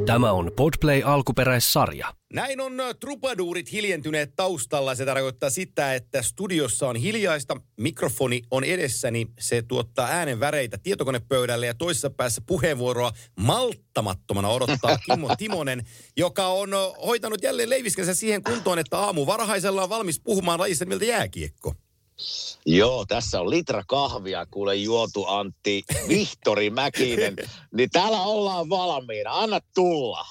Tämä on Podplay alkuperäissarja. Näin on trubaduurit hiljentyneet taustalla. Se tarkoittaa sitä, että studiossa on hiljaista. Mikrofoni on edessäni. Se tuottaa äänen väreitä tietokonepöydälle ja toisessa päässä puheenvuoroa malttamattomana odottaa Kimmo Timonen, joka on hoitanut jälleen leiviskänsä siihen kuntoon, että aamu varhaisella on valmis puhumaan lajista miltä jääkiekko. Joo, tässä on litra kahvia, kuule juotu Antti Vihtori Mäkinen. Niin täällä ollaan valmiina. Anna tulla.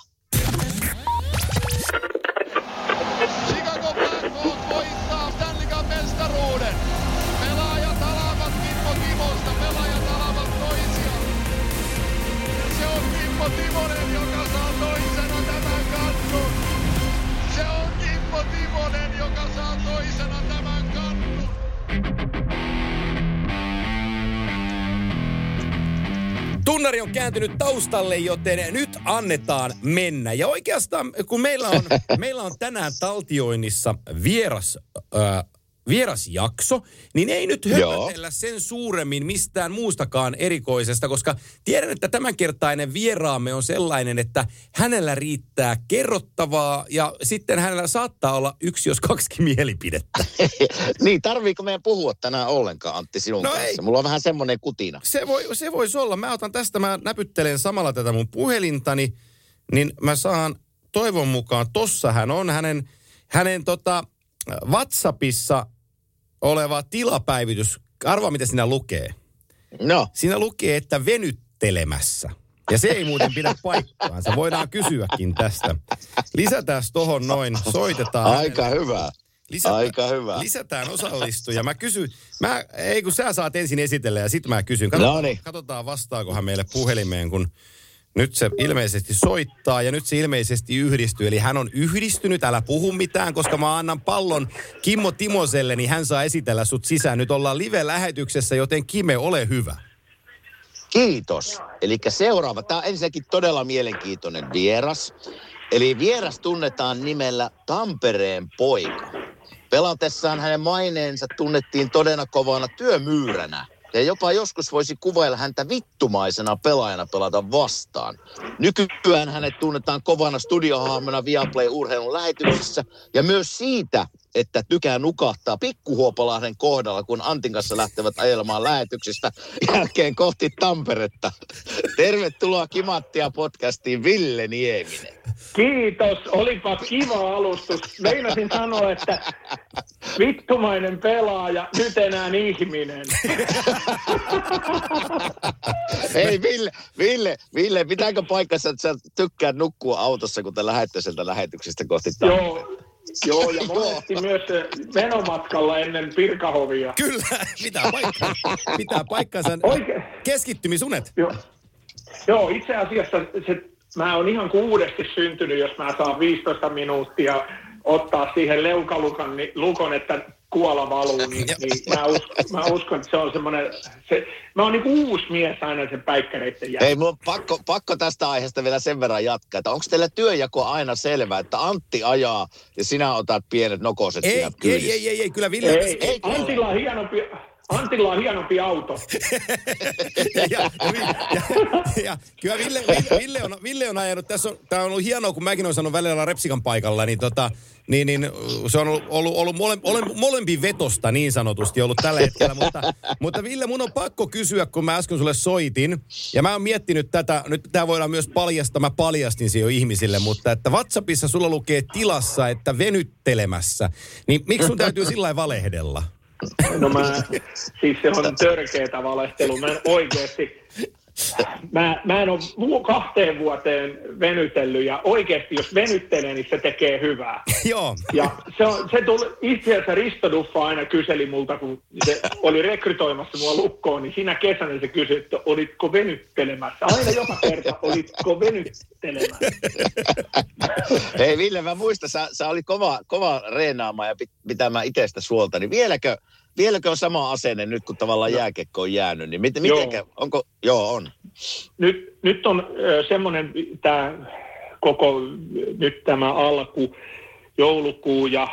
Chicago Blackhawks voittaa Stanley Cup -mestaruuden. Pelaajat alavat Kimmo Timosta, pelaajat alavat toisiaan. Se on Kimmo Timonen, joka saa toisena tämän kannun. Se on Kimmo Timonen, joka saa toisena tämän kannun. Tunnari on kääntynyt taustalle, joten nyt annetaan mennä. Ja oikeastaan, kun meillä on tänään taltioinnissa vierasjakso, niin ei nyt höpötellä sen suuremmin mistään muustakaan erikoisesta, koska tiedän, että tämänkertainen vieraamme on sellainen, että hänellä riittää kerrottavaa ja sitten hänellä saattaa olla yksi jos kaksi mielipidettä. Niin, tarviiko meidän puhua tänään ollenkaan, Antti, sinun kanssa? Ei. Mulla on vähän semmoinen kutina. Se voisi olla. Mä näpyttelen samalla tätä mun puhelintani, niin mä saan toivon mukaan, tossa hän on hänen WhatsAppissa oleva tilapäivitys. Arvaa, mitä siinä lukee. No. Siinä lukee, että venyttelemässä. Ja se ei muuten pidä paikkaansa. Voidaan kysyäkin tästä. Lisätään tohon noin, soitetaan. Aika hyvä. Aika hyvä. Lisätään osallistuja. Mä kysyn, kun sä saat ensin esitellä ja sit mä kysyn. Katsotaan vastaakohan meille puhelimeen, kun nyt se ilmeisesti soittaa ja nyt se ilmeisesti yhdistyy. Eli hän on yhdistynyt, älä puhu mitään, koska mä annan pallon Kimmo Timoselle, niin hän saa esitellä sut sisään. Nyt ollaan live-lähetyksessä, joten Kime, ole hyvä. Kiitos. Eli seuraava. Tämä on ensinnäkin todella mielenkiintoinen vieras. Eli vieras tunnetaan nimellä Tampereen poika. Pelatessaan hänen maineensa tunnettiin todella kovana työmyyränä. Ja jopa joskus voisi kuvailla häntä vittumaisena pelaajana pelata vastaan. Nykyään hänet tunnetaan kovana studiohahmona Viaplay-urheilun lähetyksissä. Ja myös siitä, että tykkää nukahtaa Pikkuhuopalahden kohdalla, kun Antin kanssa lähtevät ajelemaan lähetyksistä jälkeen kohti Tamperetta. Tervetuloa Kimattia podcastiin, Ville Nieminen. Kiitos, olipa kiva alustus. Meinasin sanoa, että vittumainen pelaaja, nyt enää ihminen. Hei Ville, pitääkö paikkansa, että sä tykkäät nukkua autossa, kun te lähdette sieltä lähetyksestä kohti Tamperetta? Joo, ja monesti myös menomatkalla ennen Pirkahovia. Kyllä, pitää paikkansa. Keskittymisunet. Joo, itse asiassa mä oon ihan uudesti syntynyt, jos mä saan 15 minuuttia ottaa siihen leukalukon, että kuola valuu, niin mä uskon, että se on semmoinen, mä oon niin uusi mies aina sen päikkäreitten jälkeen. Ei, mun pakko tästä aiheesta vielä sen verran jatkaa, että onko teillä työjako aina selvä, että Antti ajaa ja sinä otat pienet nokoset siinä kyydissä? Ei, kyllä Ville. Ei, Antilla on hienompi auto. ja kyllä Ville on ajanut, tää on ollut hienoa, kun mäkin olen saanut välillä Repsikan paikalla, niin se on ollut molempi vetosta niin sanotusti ollut tällä hetkellä, mutta Ville, mun on pakko kysyä, kun mä äsken sulle soitin, ja mä oon miettinyt tätä, nyt tää voidaan myös paljastaa, mä paljastin se jo ihmisille, mutta että WhatsAppissa sulla lukee tilassa, että venyttelemässä, niin miksi sun täytyy sillä lailla valehdella? No siis se on törkeetä valehtelua. Mä en oikeesti, mä en ole 2 vuoteen venytellyt ja oikeesti jos venyttelee, niin se tekee hyvää. Joo. Ja se tuli, itse asiassa Risto Duffa aina kyseli multa, kun se oli rekrytoimassa mua lukkoon, niin siinä kesänä se kysyi, että olitko venyttelemässä. Aina joka kerta, olitko venyttelemässä. Hei Ville, mä muistan, sä olit kova reenaamaan ja pitämään itsestä suolta, niin vieläkö on sama asenne nyt, kun tavallaan jääkiekko on jäänyt, niin mitenkä, onko, on. Nyt on semmoinen tämä alku, joulukuu ja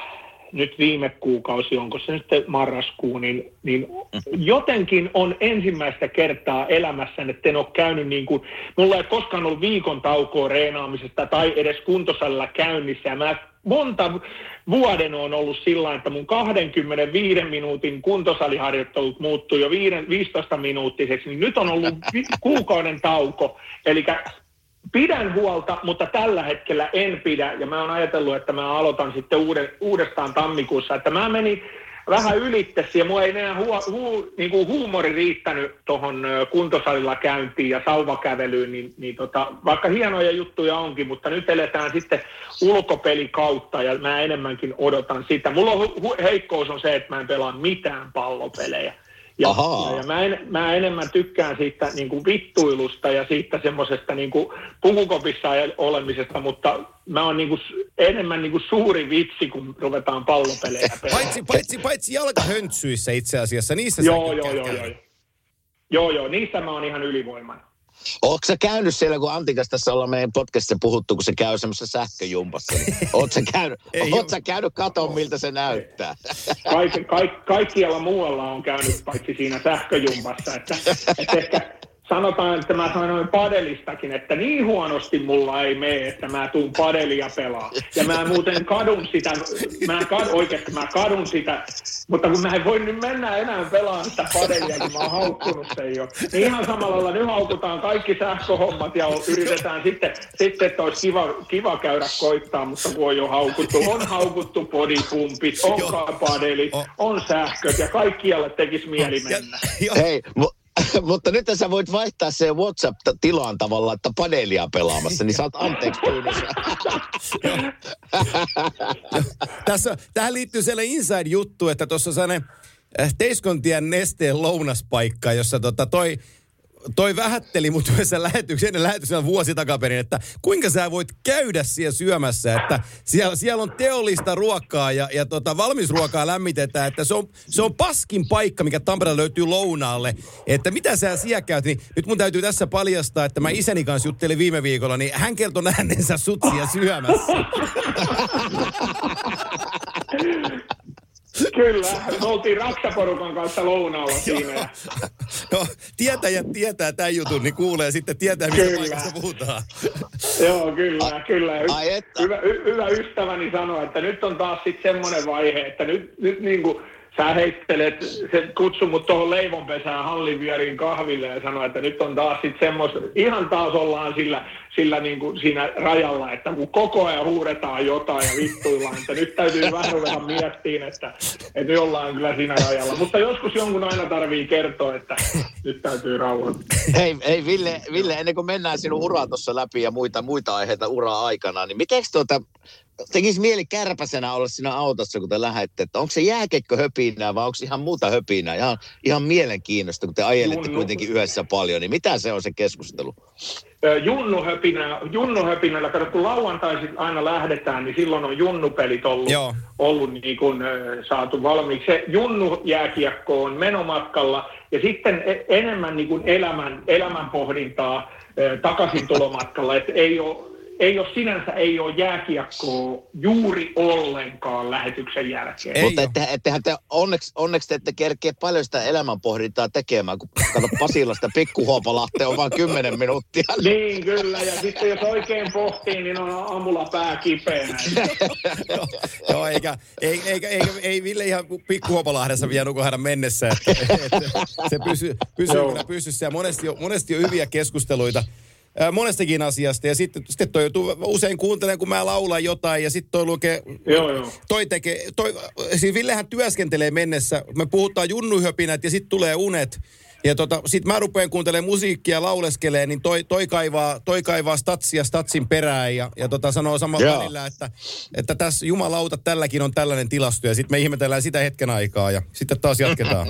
nyt viime kuukausi, onko se nyt marraskuu, niin jotenkin on ensimmäistä kertaa elämässäni, että en ole käynyt niin kuin, mulla ei koskaan ollut viikon taukoa reenaamisesta tai edes kuntosalilla käynnissä. Ja mä monta vuoden on ollut sillä, että mun 25 minuutin kuntosaliharjoittelut muuttuu jo 15 minuuttiseksi, niin nyt on ollut kuukauden tauko, eli pidän huolta, mutta tällä hetkellä en pidä, ja mä oon ajatellut, että mä aloitan sitten uudestaan tammikuussa, että mä menin vähän ylittäisi, ja mulla ei enää niinku huumori riittänyt tuohon kuntosalilla käyntiin ja sauvakävelyyn, niin vaikka hienoja juttuja onkin, mutta nyt eletään sitten ulkopelikautta, ja mä enemmänkin odotan sitä. Mulla on heikkous on se, että mä en pelaa mitään pallopelejä. Ja mä enemmän tykkään siitä niin kuin vittuilusta ja siitä semmoisesta niin kuin pukukopissa olemisesta, mutta mä oon niin kuin enemmän niin kuin suuri vitsi, kun ruvetaan pallopelejä pelaamaan. Paitsi jalkahöntsyissä itse asiassa, niissä Joo, niissä mä oon ihan ylivoimainen. Ootko sä käynyt siellä, kun Antikas tässä ollaan meidän podcastissa puhuttu, kun se käy semmoisessa sähköjumpassa, niin oot sä käynyt katon, miltä se näyttää? Kaikkialla muualla on käynyt, paitsi siinä sähköjumpassa, että ehkä sanotaan, että mä sanoin padelistakin, että niin huonosti mulla ei mene, että mä tuun padelia pelaa. Ja mä muuten kadun sitä, mä kadun sitä, mutta kun mä en voi nyt mennä enää pelaamaan sitä padelia, kun mä oon haukkunut sen jo. Niin ihan samalla lailla nyt haukutaan kaikki sähköhommat ja yritetään sitten että olisi kiva käydä koittaa, mutta kun on jo haukuttu. On haukuttu bodypumpit, on padelit, on sähköt ja kaikkialle tekisi mieli mennä. Hei, mutta nyt sä voit vaihtaa se WhatsApp-tilaan tavallaan, että padelia pelaamassa, niin saat anteeksi pyynnössä. Tähän liittyy sellainen inside-juttu, että tuossa on sellainen Teiskontien Nesteen lounaspaikka, jossa toi vähätteli mut ennen lähetyksen vuosi takaperin, että kuinka sä voit käydä siellä syömässä, että siellä on teollista ruokaa ja valmisruokaa lämmitetään, että se on paskin paikka, mikä Tampereella löytyy lounaalle, että mitä sä siellä käyt, niin nyt mun täytyy tässä paljastaa, että mä isäni kanssa juttelin viime viikolla, niin hän kertoi nähneensä sut siellä syömässä. Kyllä, me oltiin Raksaporukan kanssa lounaalla siinä. No, tietäjät tietää tämän jutun, niin kuulee sitten tietää, mistä paikasta puhutaan. Joo, kyllä. Hyvä ystäväni sanoi, että nyt on taas sitten semmoinen vaihe, että nyt niin kuin sä heittelet, se kutsui mut tuohon leivonpesään hallivieriin kahville ja sanoi, että nyt on taas sitten semmoista, ihan taas ollaan sillä niin kuin siinä rajalla, että kun koko ajan huudetaan jotain ja vittuillaan, että nyt täytyy vähän ruveta miettiin, että nyt ollaan kyllä siinä rajalla. Mutta joskus jonkun aina tarvii kertoa, että nyt täytyy rauhoittaa. Hei Ville, ennen kuin mennään sinun uraa tuossa läpi ja muita aiheita uraa aikana, niin mitenks tekisi mieli kärpäsenä olla siinä autossa, kun te lähdette, että onko se jääkeikko höpinää vai onko ihan muuta höpinää? Ihan mielenkiinnosta, kun te ajelette kuitenkin yhdessä paljon, niin mitä se on se keskustelu? Junnuhöpinällä, kun lauantaisin aina lähdetään, niin silloin on junnupelit ollut niin kuin, saatu valmiiksi. Se junnujääkiekko on menomatkalla ja sitten enemmän niin kuin elämän pohdintaa takaisin tulomatkalla, että ei ole jääkiekkoa juuri ollenkaan lähetyksen jälkeen. Mutta ettehän te onneksi te ette kerkeä paljon sitä elämänpohdintaa tekemään, kun kato Pasilasta Pikkuhuopalahteen on vain 10 minuuttia. Niin kyllä, ja sitten jos oikein pohtii, niin on aamulla pää kipeänä. Joo, ei Ville ihan Pikkuhuopalahdessa vielä nukohda mennessä, että se pysyy kyllä pystyssä ja monesti on hyviä keskusteluita. Monestakin asiasta ja sitten usein kuuntelen, kun mä laulan jotain ja sitten toi lukee, siis Villehän työskentelee mennessä, me puhutaan junnuhöpinät ja sitten tulee unet ja sitten mä rupean kuuntelemaan musiikkia ja lauleskelee, niin toi kaivaa statsia statsin perään ja sanoo samalla välillä, että tässä jumalauta tälläkin on tällainen tilasto ja sitten me ihmetellään sitä hetken aikaa ja sitten taas jatketaan.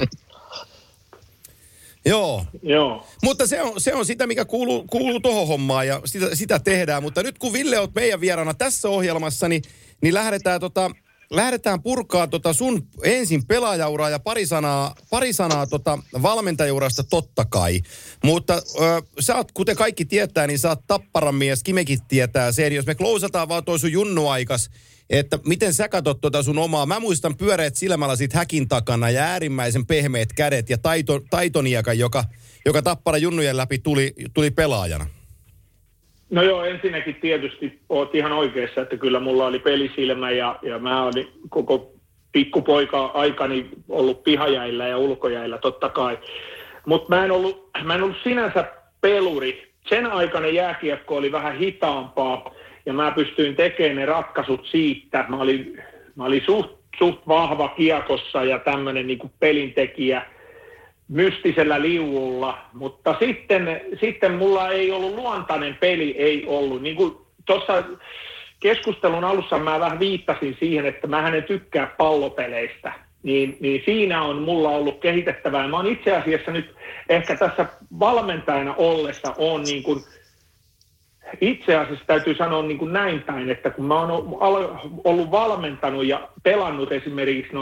Joo. Mutta se on sitä, mikä kuuluu tohon hommaan ja sitä tehdään. Mutta nyt kun Ville oot meidän vieraana tässä ohjelmassa, niin lähdetään lähdetään purkaa sun ensin pelaajauraa ja pari sanaa valmentajaurasta totta kai. Mutta sä oot, kuten kaikki tietää, niin sä oot Tapparan mies, Kimekin tietää sen. Jos me klousataan vaan toi sun junnuaikas, että miten sä katot sun omaa. Mä muistan pyöreät silmälasit häkin takana ja äärimmäisen pehmeät kädet ja taitoniakan, joka Tapparan junnujen läpi tuli pelaajana. No joo, ensinnäkin tietysti oot ihan oikeassa, että kyllä mulla oli pelisilmä ja mä olin koko pikkupoika-aikani ollut pihajäillä ja ulkojäillä totta kai. Mutta mä en ollut sinänsä peluri. Sen aikainen jääkiekko oli vähän hitaampaa ja mä pystyin tekemään ne ratkaisut siitä. Mä olin suht vahva kiekossa ja tämmöinen niinku pelintekijä mystisellä liuulla, mutta sitten mulla ei ollut luontainen peli, ei ollut. Niin kuin tuossa keskustelun alussa mä vähän viittasin siihen, että mä en tykkää pallopeleistä, niin siinä on mulla ollut kehitettävää. Mä oon itse asiassa nyt ehkä tässä valmentajana ollessa on niin kuin, itse asiassa täytyy sanoa niin kuin näin päin, että kun mä oon ollut valmentanut ja pelannut esimerkiksi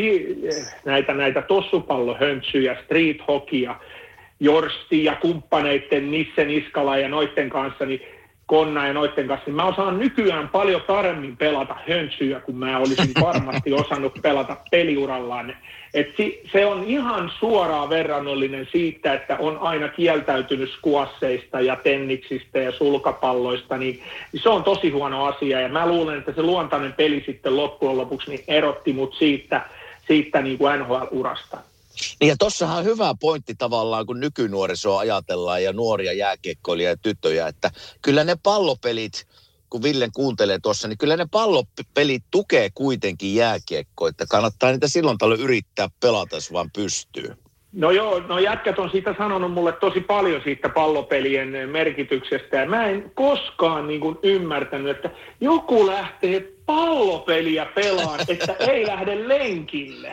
näitä tossupallohöntsyjä, street hockeya, Jorsti ja kumppaneiden Nisse Niskala ja noitten kanssa, niin Konna ja noitten kanssa, niin mä osaan nykyään paljon paremmin pelata höntsyjä, kun mä olisin varmasti osannut pelata peliurallaan. Se on ihan suoraan verrannollinen siitä, että on aina kieltäytynyt skuasseista ja tenniksistä ja sulkapalloista, niin se on tosi huono asia. Ja mä luulen, että se luontainen peli sitten loppujen lopuksi niin erotti mut siitä niin kuin NHL-urasta. Niin ja tossahan on hyvä pointti tavallaan, kun nykynuorisoa ajatellaan ja nuoria jääkiekkoilijia ja tyttöjä, että kyllä ne pallopelit, kun Villen kuuntelee tuossa, niin kyllä ne pallopelit tukee kuitenkin jääkiekkoa, että kannattaa niitä silloin tällöin yrittää pelata, jos vaan pystyy. No joo, jätkät on siitä sanonut mulle tosi paljon siitä pallopelien merkityksestä ja mä en koskaan niin kuin ymmärtänyt, että joku lähtee pallopeliä pelaan, että ei lähde lenkille.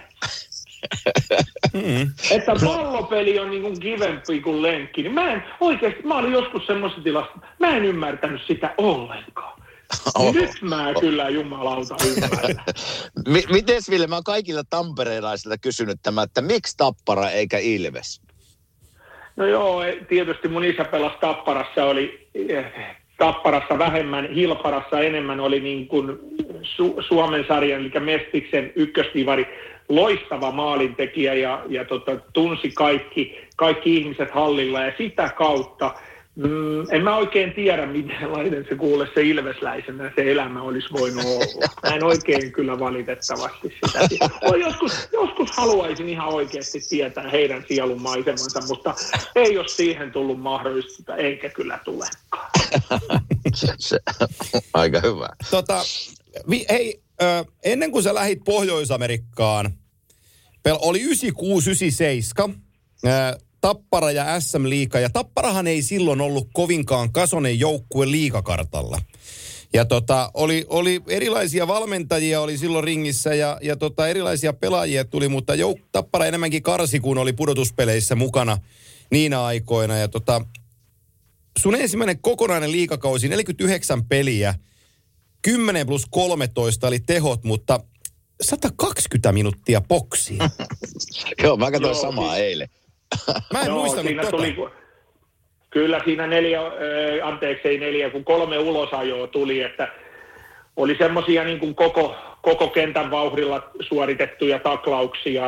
Että pallopeli on niin kuin kivempi kuin lenkki. Niin mä olin joskus semmoisessa tilassa, mä en ymmärtänyt sitä ollenkaan. Nyt mä kyllä jumalauta ymmärrän. Mites Ville, mä oon kaikilla tamperelaisilta kysynyt tämä, että miksi Tappara eikä Ilves? No joo, tietysti mun isä pelasi Tapparassa, oli Tapparassa vähemmän, Hilparassa enemmän oli niin kuin Suomen sarjan, eli Mestiksen ykkösdivari, loistava maalintekijä ja tunsi kaikki ihmiset hallilla ja sitä kautta en mä oikein tiedä, minkälainen se ilvesläisenä se elämä olisi voinut olla. Mä en oikein kyllä valitettavasti sitä. Joskus haluaisin ihan oikeasti tietää heidän sielun maisemansa, mutta ei ole siihen tullut mahdollista, eikä kyllä tulekaan. Se aika hyvä. Hei, ennen kuin sä lähit Pohjois-Amerikkaan, oli 96-97, Tappara ja SM-liiga, ja Tapparahan ei silloin ollut kovinkaan kasonen joukkue liigakartalla. Ja oli erilaisia valmentajia oli silloin ringissä ja erilaisia pelaajia tuli, mutta Tappara enemmänkin karsi, kun oli pudotuspeleissä mukana niinä aikoina. Ja sun ensimmäinen kokonainen liigakausi, 49 peliä, 10+13 oli tehot, mutta 120 minuuttia boksiin. Joo, mä katsoin samaa eilen. Mä en muistanut Kyllä siinä 4, kun 3 ulosajoa tuli, että oli semmoisia niin kuin koko kentän vauhdilla suoritettuja taklauksia.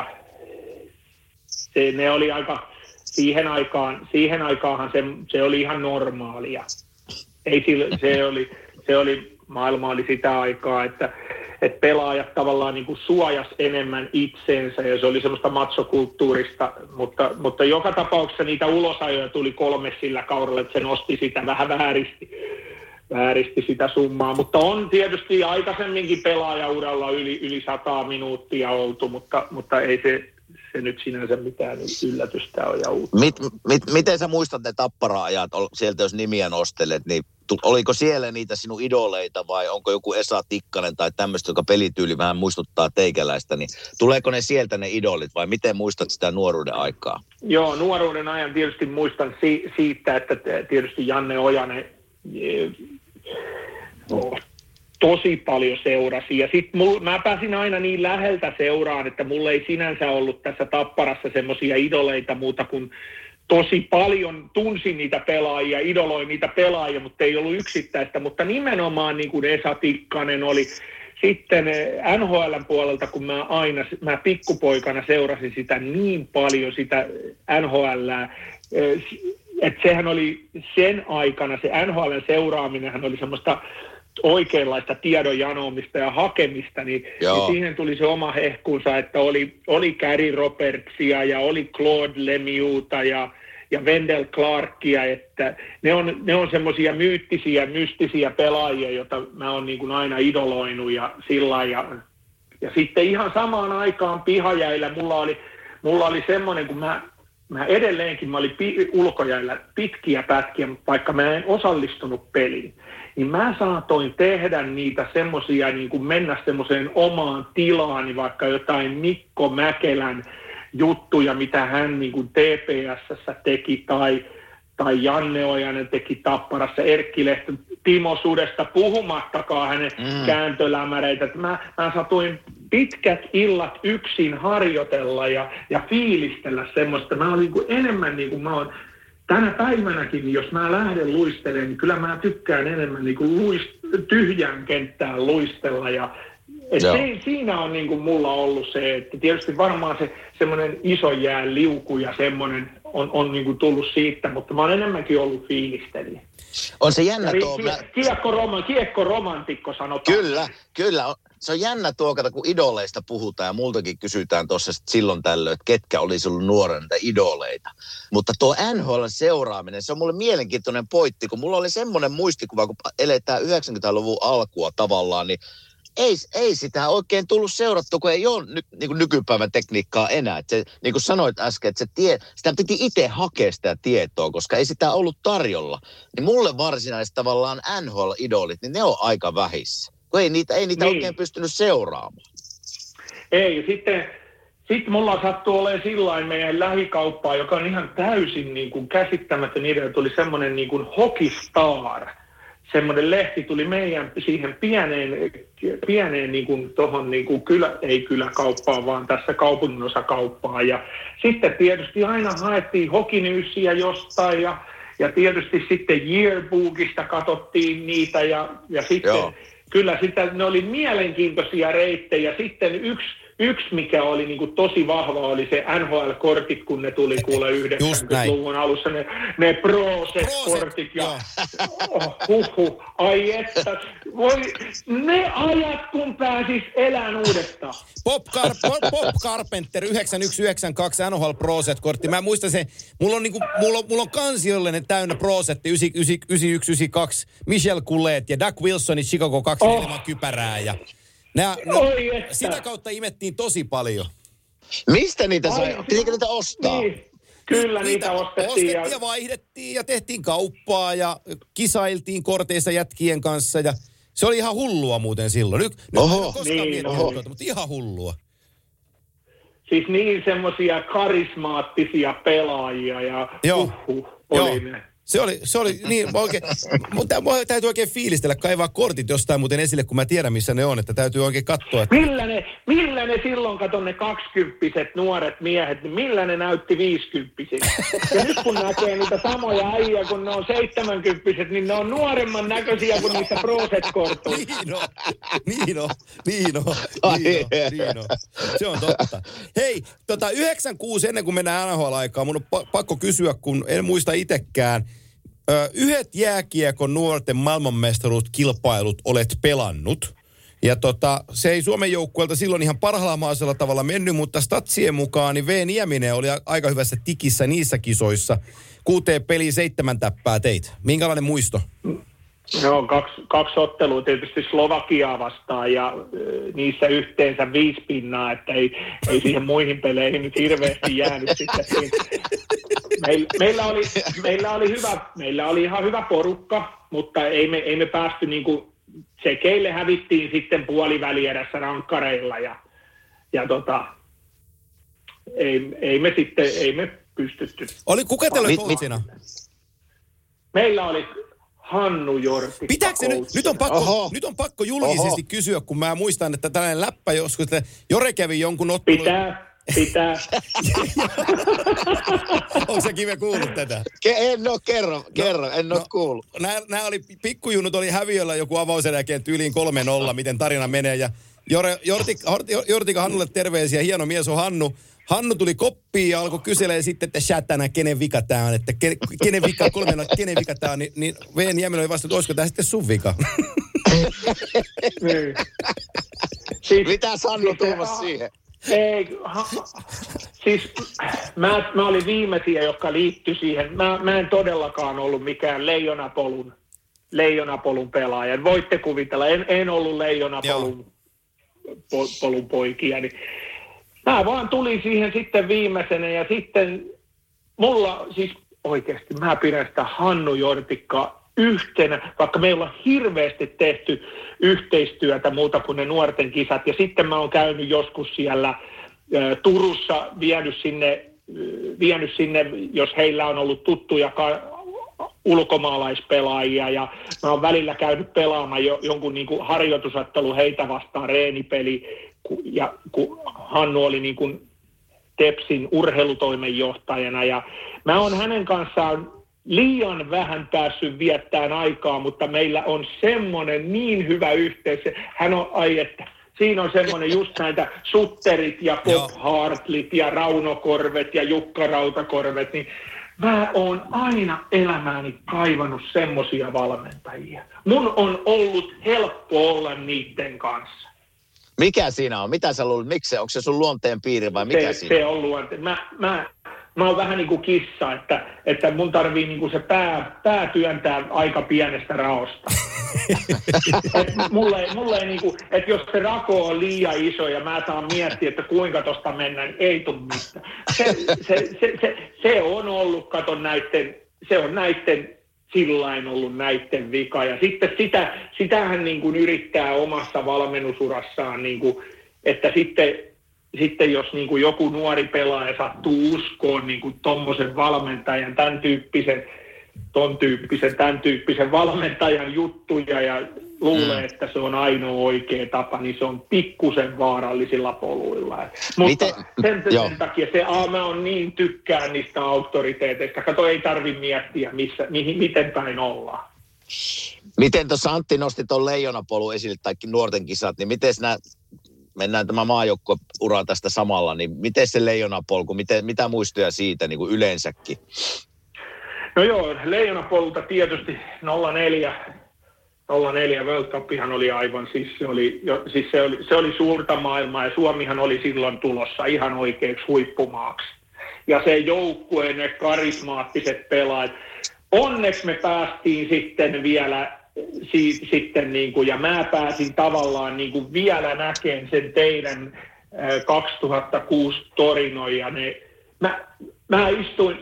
Ne oli aika, siihen aikaanhan se oli ihan normaalia. Maailma oli sitä aikaa, että pelaajat tavallaan niin kuin suojas enemmän itseensä ja se oli semmoista matsokulttuurista, mutta joka tapauksessa niitä ulosajoja tuli 3 sillä kaudella, että se nosti sitä vähän vääristi sitä summaa, mutta on tietysti aikaisemminkin pelaajauralla yli 100 minuuttia oltu, mutta ei se nyt sinänsä mitään yllätystä ole ja uutta. Miten sä muistat ne Tappara-ajat, sieltä jos nimiä nostelet, niin oliko siellä niitä sinun idoleita vai onko joku Esa Tikkanen tai tämmöistä, joka pelityyli vähän muistuttaa teikäläistä, niin tuleeko ne sieltä ne idolit vai miten muistat sitä nuoruuden aikaa? Joo, nuoruuden ajan tietysti muistan siitä, että tietysti Janne Ojanen, tosi paljon seurasin. Ja sitten mä pääsin aina niin läheltä seuraan, että mulla ei sinänsä ollut tässä Tapparassa semmoisia idoleita muuta kuin tosi paljon tunsin niitä pelaajia, idoloin niitä pelaajia, mutta ei ollut yksittäistä. Mutta nimenomaan niin kuin Esa Tikkanen oli. Sitten NHL:n puolelta, kun mä pikkupoikana seurasin sitä niin paljon, sitä NHL:ää, että sehän oli sen aikana, se NHL:n seuraaminenhan oli semmoista oikeanlaista tiedon janoamista ja hakemista, niin siihen tuli se oma hehkunsa, että oli Gary Robertsia ja oli Claude Lemieuxta ja Wendell Clarkia, että ne on semmoisia mystisiä pelaajia, joita mä oon niin kuin aina idoloinut ja sillä ja sitten ihan samaan aikaan pihajäillä mulla oli semmoinen, kun mä edelleenkin, mä olin ulkojäillä pitkiä pätkiä, mutta vaikka mä en osallistunut peliin, niin mä saatoin tehdä niitä semmoisia, niin kuin mennä semmoiseen omaan tilaani, vaikka jotain Mikko Mäkelän juttuja, mitä hän niin kuin TPS:ssä teki, tai Janne Ojanen teki Tapparassa, Erkki Lehto, Timo Sudesta puhumattakaan hänen kääntölämäreitä. Että mä satuin pitkät illat yksin harjoitella ja fiilistellä semmoista. Mä olin niin kuin enemmän niin kuin mä oon tänä päivänäkin, niin jos mä lähden luistelemaan, niin kyllä mä tykkään enemmän niin kuin tyhjään kenttään luistella siinä on niin kuin mulla ollut se, että tietysti varmaan se semmoinen iso jää liuku ja semmoinen on niin kuin tullut siitä, mutta mä oon enemmänkin ollut fiilistelijä. On se jännä Kiekko-romantikko sanotaan. Kyllä. Se on jännä kun idoleista puhutaan ja multakin kysytään tuossa silloin tällöin, että ketkä olisi ollut nuorena idoleita. Mutta tuo NHL-seuraaminen, se on mulle mielenkiintoinen pointti, kun mulla oli semmoinen muistikuva, kun eletään 90-luvun alkua tavallaan, niin ei sitä oikein tullut seurattua, kun ei ole niin kuin nykypäivän tekniikkaa enää. Se, niin kuin sanoit äsken, että sitä piti itse hakea sitä tietoa, koska ei sitä ollut tarjolla. Niin mulle varsinaisesti tavallaan NHL-idolit, niin ne on aika vähissä. Kun ei niitä niin oikein pystynyt seuraamaan. Ei, sitten mulla sattuu olemaan sillain meidän lähikauppaa, joka on ihan täysin niin kuin käsittämätön idea. Tuli semmoinen niin kuin Hockeystar. Semmoinen lehti tuli meidän siihen pieneen niin kuin tohon niin kuin ei kyläkauppaan, vaan tässä kaupunginosakauppaan. Ja sitten tietysti aina haettiin hokinyyssiä jostain ja tietysti sitten Yearbookista katsottiin niitä ja sitten kyllä ne oli mielenkiintoisia reittejä. Sitten yksi mikä oli niin kuin tosi vahva, oli se NHL-kortit, kun ne tuli kuule 90-luvun alussa, ne Pro-Set-kortit. Ja ai että, ne ajat, kun pääsis elään uudestaan. Bob Carpenter 9192 NHL Pro-Set-kortti. Mä muistan sen, mulla on kansiollinen täynnä Pro-Setti 9192, Michel Coulet ja Doug Wilsonin Chicago 24 kypärää ja sitä kautta imettiin tosi paljon. Mistä niitä sai? Pitikö niitä ostaa? Niin. Kyllä niitä ostettiin. Ja vaihdettiin ja tehtiin kauppaa ja kisailtiin korteissa jätkien kanssa. Ja se oli ihan hullua muuten silloin. Nyt en ole koskaan miettinyt, mutta ihan hullua. Siis niin semmoisia karismaattisia pelaajia ja oli ne. Se oli niin oikein, mutta täytyy oikein fiilistellä, kaivaa kortit jostain muuten esille, kun mä tiedän, missä ne on, että täytyy oikein katsoa. Että millä ne silloin, kato ne 20-vuotiaat nuoret miehet, niin millä ne näytti 50-vuotiaat? Ja nyt kun näkee niitä samoja äijä, kun ne on 70-vuotiaat, niin ne on nuoremman näköisiä kuin niistä Pro-Set-korttuja. Niin on. Se on totta. Hei, 96 ennen kuin mennään NHL-aikaan, mun on pakko kysyä, kun en muista itsekään. Yhdet jääkiekon nuorten maailmanmestaruuskilpailut olet pelannut. Ja se ei Suomen joukkueelta silloin ihan parhaalla mahdollisella tavalla mennyt, mutta statsien mukaan niin V. Nieminen oli aika hyvässä tikissä niissä kisoissa. 6 peliä 7 täppää teit. Minkälainen muisto? No, kaksi ottelua tietysti Slovakiaa vastaan ja niissä yhteensä 5 pinnaa, että ei siihen muihin peleihin nyt hirveästi jäänyt sitten. Meillä oli ihan hyvä porukka, mutta ei me päästy niinku, keille hävittiin sitten puolivälierässä rankkareilla ja ei me pystytty. Kuka teillä oli coachina? Meillä oli Hannu Jortikka. Pitääkö se nyt on pakko julkisesti kysyä, kun mä muistan, että tällainen läppä joskus, että Jore kävi jonkun ottelun. Pitää. Onko sä Kive kuullut tätä? En ole, kerro, en ole kuullut. Nämä oli, pikkujunut oli häviöllä joku avauserääkien tyyliin 3-0, miten tarina menee. Ja Jortika Hannulle terveisiä, hieno mies on Hannu. Hannu tuli koppiin ja alkoi kyselemään sitten, että shatana, kenen vika tää on, että kenen vika tää on, niin Veen Jämilä oli vasta, että olisiko tää sitten sun vika? Mitä Hannu tuumasi siihen? Ei, siis mä olin viimeisiä, jotka liittyi siihen. Mä en todellakaan ollut mikään leijonapolun pelaaja. Voitte kuvitella, en ollut leijonapolun poikia. Niin mä vaan tulin siihen sitten viimeisenä ja sitten mulla siis oikeasti mä pidän sitä Hannu Jortikkaa yhtenä, vaikka meillä on hirveästi tehty yhteistyötä muuta kuin ne nuorten kisat. Ja sitten mä oon käynyt joskus siellä Turussa, vienyt sinne, jos heillä on ollut tuttuja ulkomaalaispelaajia. Ja mä oon välillä käynyt pelaamaan jonkun niin kuin harjoitusottelu heitä vastaan reenipeli. Ja kun Hannu oli niin kuin Tepsin urheilutoimenjohtajana. Ja mä oon hänen kanssaan liian vähän päässyt viettämään aikaa, mutta meillä on semmoinen niin hyvä yhteys. Hän on, siinä on semmoinen just näitä Sutterit ja Bob Hartlit ja Rauno Korvet ja Jukka Rautakorvet, niin mä oon aina elämääni kaivannut semmoisia valmentajia. Mun on ollut helppo olla niiden kanssa. Mikä siinä on? Mitä sä luulet? Miksi? Onko se sun luonteen piiri vai mikä siinä on? Se on luonteen. Mä oon vähän niin kuin kissa, että mun tarvii niin kuin se pää työntää aika pienestä raosta. Mulle ei niin kuin, että jos se rako on liian iso ja mä saan miettiä, että kuinka tosta mennään, niin ei tule mitään. Se on ollut, se on näitten sillain ollut näitten vika. Ja sitten sitähän niin kuin yrittää omassa valmennusurassaan, niin kuin, että sitten jos niin kuin joku nuori pelaaja sattuu uskoon niin kuin tommosen valmentajan, tämän tyyppisen valmentajan juttuja ja luulee, että se on ainoa oikea tapa, niin se on pikkusen vaarallisilla poluilla. Mutta sen takia mä on niin tykkään niistä auktoriteeteista. Kato, ei tarvitse miettiä, miten päin ollaan. Miten tuossa Antti nosti tuon leijonapolun esille, tai nuorten kisat, niin miten mennään tämä maajoukkueura tästä samalla, niin miten se leijonapolku, mitä muistoja siitä niin kuin yleensäkin? No joo, leijonapolulta tietysti 04 World Cupihan oli aivan, se oli suurta maailmaa ja Suomihan oli silloin tulossa ihan oikeaksi huippumaaksi. Ja se joukkue, ne karismaattiset pelaajat. Onneksi me päästiin sitten vielä sitten niin kuin, ja mä pääsin tavallaan niin kuin vielä näkemään sen teidän 2006 Torinon ja ne, mä istuin,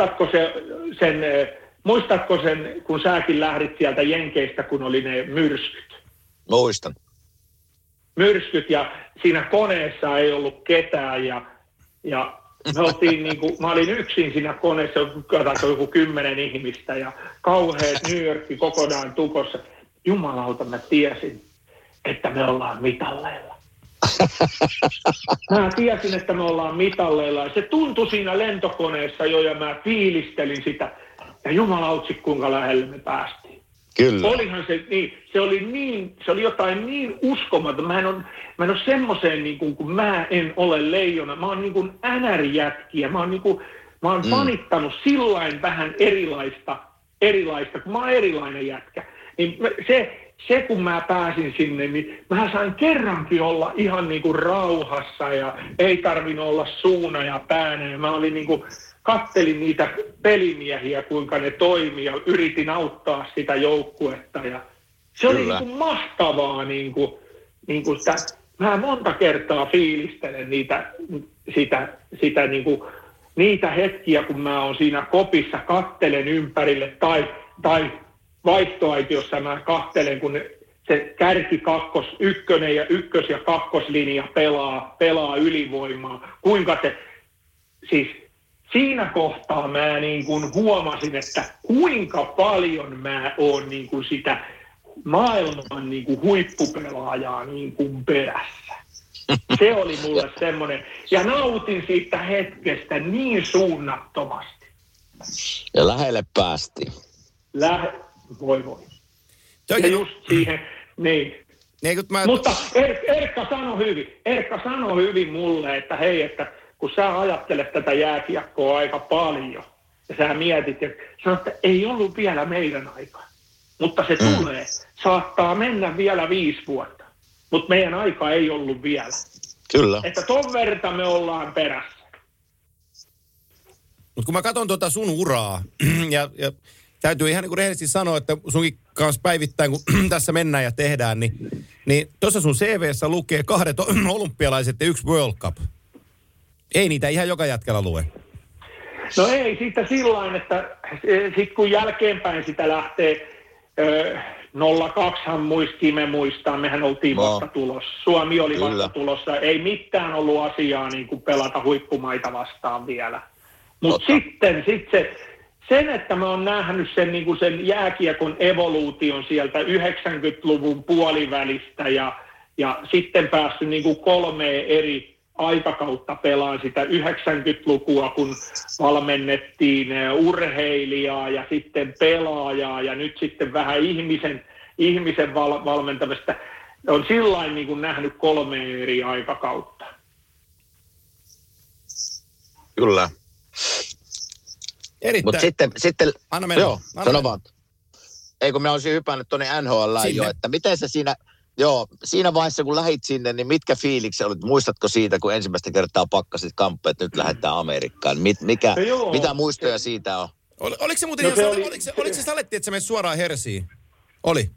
muistatko sen, kun säkin lähdit sieltä Jenkeistä, kun oli ne myrskyt? Muistan. Myrskyt ja siinä koneessa ei ollut ketään ja me oltiin niinku, mä olin yksin siinä koneessa, joku 10 ihmistä ja kauheat New York kokonaan tukossa. Jumalauta, mä tiesin, että me ollaan mitalleilla. Mä tiesin, että me ollaan mitalleilla. Se tuntui siinä lentokoneessa jo ja mä fiilistelin sitä. Ja jumalautsi, kuinka lähelle me päästiin. Kyllä. Olihan se niin, se oli jotain niin uskomaton. Mä en ole semmoiseen niin kuin mä en ole leijona. Mä oon niin kuin NR-jätkiä. Mä oon fanittanut sillain vähän erilaista, kun mä oon erilainen jätkä. Niin se kun mä pääsin sinne, niin mä sain kerrankin olla ihan niin kuin rauhassa ja ei tarvinnut olla suuna ja päänä. Ja mä olin niin kuin, kattelin niitä pelimiehiä, kuinka ne toimii ja yritin auttaa sitä joukkuetta. Ja se oli niin kuin mahtavaa. Niin kuin sitä, mä monta kertaa fiilistelen sitä niin kuin, niitä hetkiä, kun mä oon siinä kopissa, kattelen ympärille tai vaihtoaitiossa mä katselen, kun se kärki ykkös- ja kakkoslinja pelaa ylivoimaa. Kuinka se, siis siinä kohtaa mä niin kuin huomasin, että kuinka paljon mä oon niin kuin sitä maailman niin kuin huippupelaajaa niin kuin perässä. Se oli mulle semmoinen. Ja nautin siitä hetkestä niin suunnattomasti. Ja lähelle päästiin. Voi. Ja just siihen, niin. Mutta Erkka sanoi hyvin mulle, että hei, että kun sä ajattelet tätä jääkiekkoa aika paljon, ja sä mietit, ja sanoit, että ei ollut vielä meidän aika. Mutta se tulee. Saattaa mennä vielä 5 vuotta. Mutta meidän aika ei ollut vielä. Kyllä. Että ton verta me ollaan perässä. Mutta kun mä katson sun uraa, ja täytyy ihan niin kuin rehellisesti sanoa, että sunkin kanssa päivittäin, kun tässä mennään ja tehdään, niin tuossa sun CV:ssä lukee 2 olympialaiset ja 1 World Cup. Ei niitä ihan joka jätkällä lue. No ei, siitä sillain, että sit kun jälkeenpäin sitä lähtee 02han me muistaa, mehän oltiin vasta tulossa. Suomi oli vasta tulossa. Ei mitään ollut asiaa niin kuin pelata huippumaita vastaan vielä. Mutta sitten sen, että mä oon nähnyt sen, niin kuin sen jääkiekon evoluution sieltä 90-luvun puolivälistä ja sitten päässyt niin kuin 3 eri aikakautta pelaan sitä 90-lukua, kun valmennettiin urheilijaa ja sitten pelaajaa ja nyt sitten vähän ihmisen valmentamista. On sillain niin kuin nähnyt 3 eri aikakautta. Kyllä. Mutta sitten anna mennä. Joo, sano vaan. Ei kun mä olisin hypännyt tuonne NHL:ään jo, että miten se siinä vaiheessa kun lähit sinne, niin mitkä fiilikset olit? Muistatko siitä, kun ensimmäistä kertaa pakkasit kamppeet, että nyt lähdetään Amerikkaan? Mitä muistoja siitä on? Oliko se muuten, oliko se saletti, että sä menet suoraan Hersiin? Oli.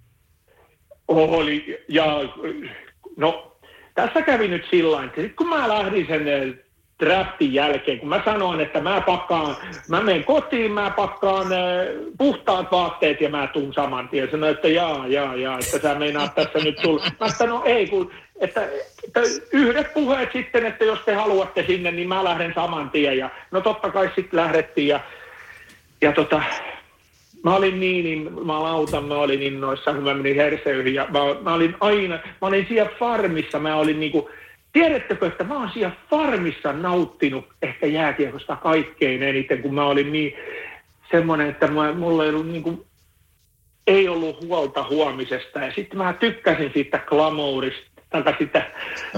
Ja no, tässä kävi nyt sillain, että kun mä lähdin sen draftin jälkeen, kun mä sanoin, että mä menen kotiin, mä pakkaan puhtaat vaatteet ja mä tuun saman tien. Sanoin, että jaa, että sä meinaat tässä nyt tulla. Mä sanoin, no ei, että yhdet puheet sitten, että jos te haluatte sinne, niin mä lähden saman tien. Ja no totta kai sitten lähdettiin ja mä olin mä olin innoissaan, kun mä menin Herseyhin ja mä olin siellä farmissa, mä olin niinku, tiedättekö, että mä oon siellä farmissa nauttinut ehkä jääkiekosta kaikkein eniten, kun mä olin niin semmoinen, että mulla ei ollut niinku, ei ollut huolta huomisesta ja sitten mä tykkäsin siitä glamourista, sitä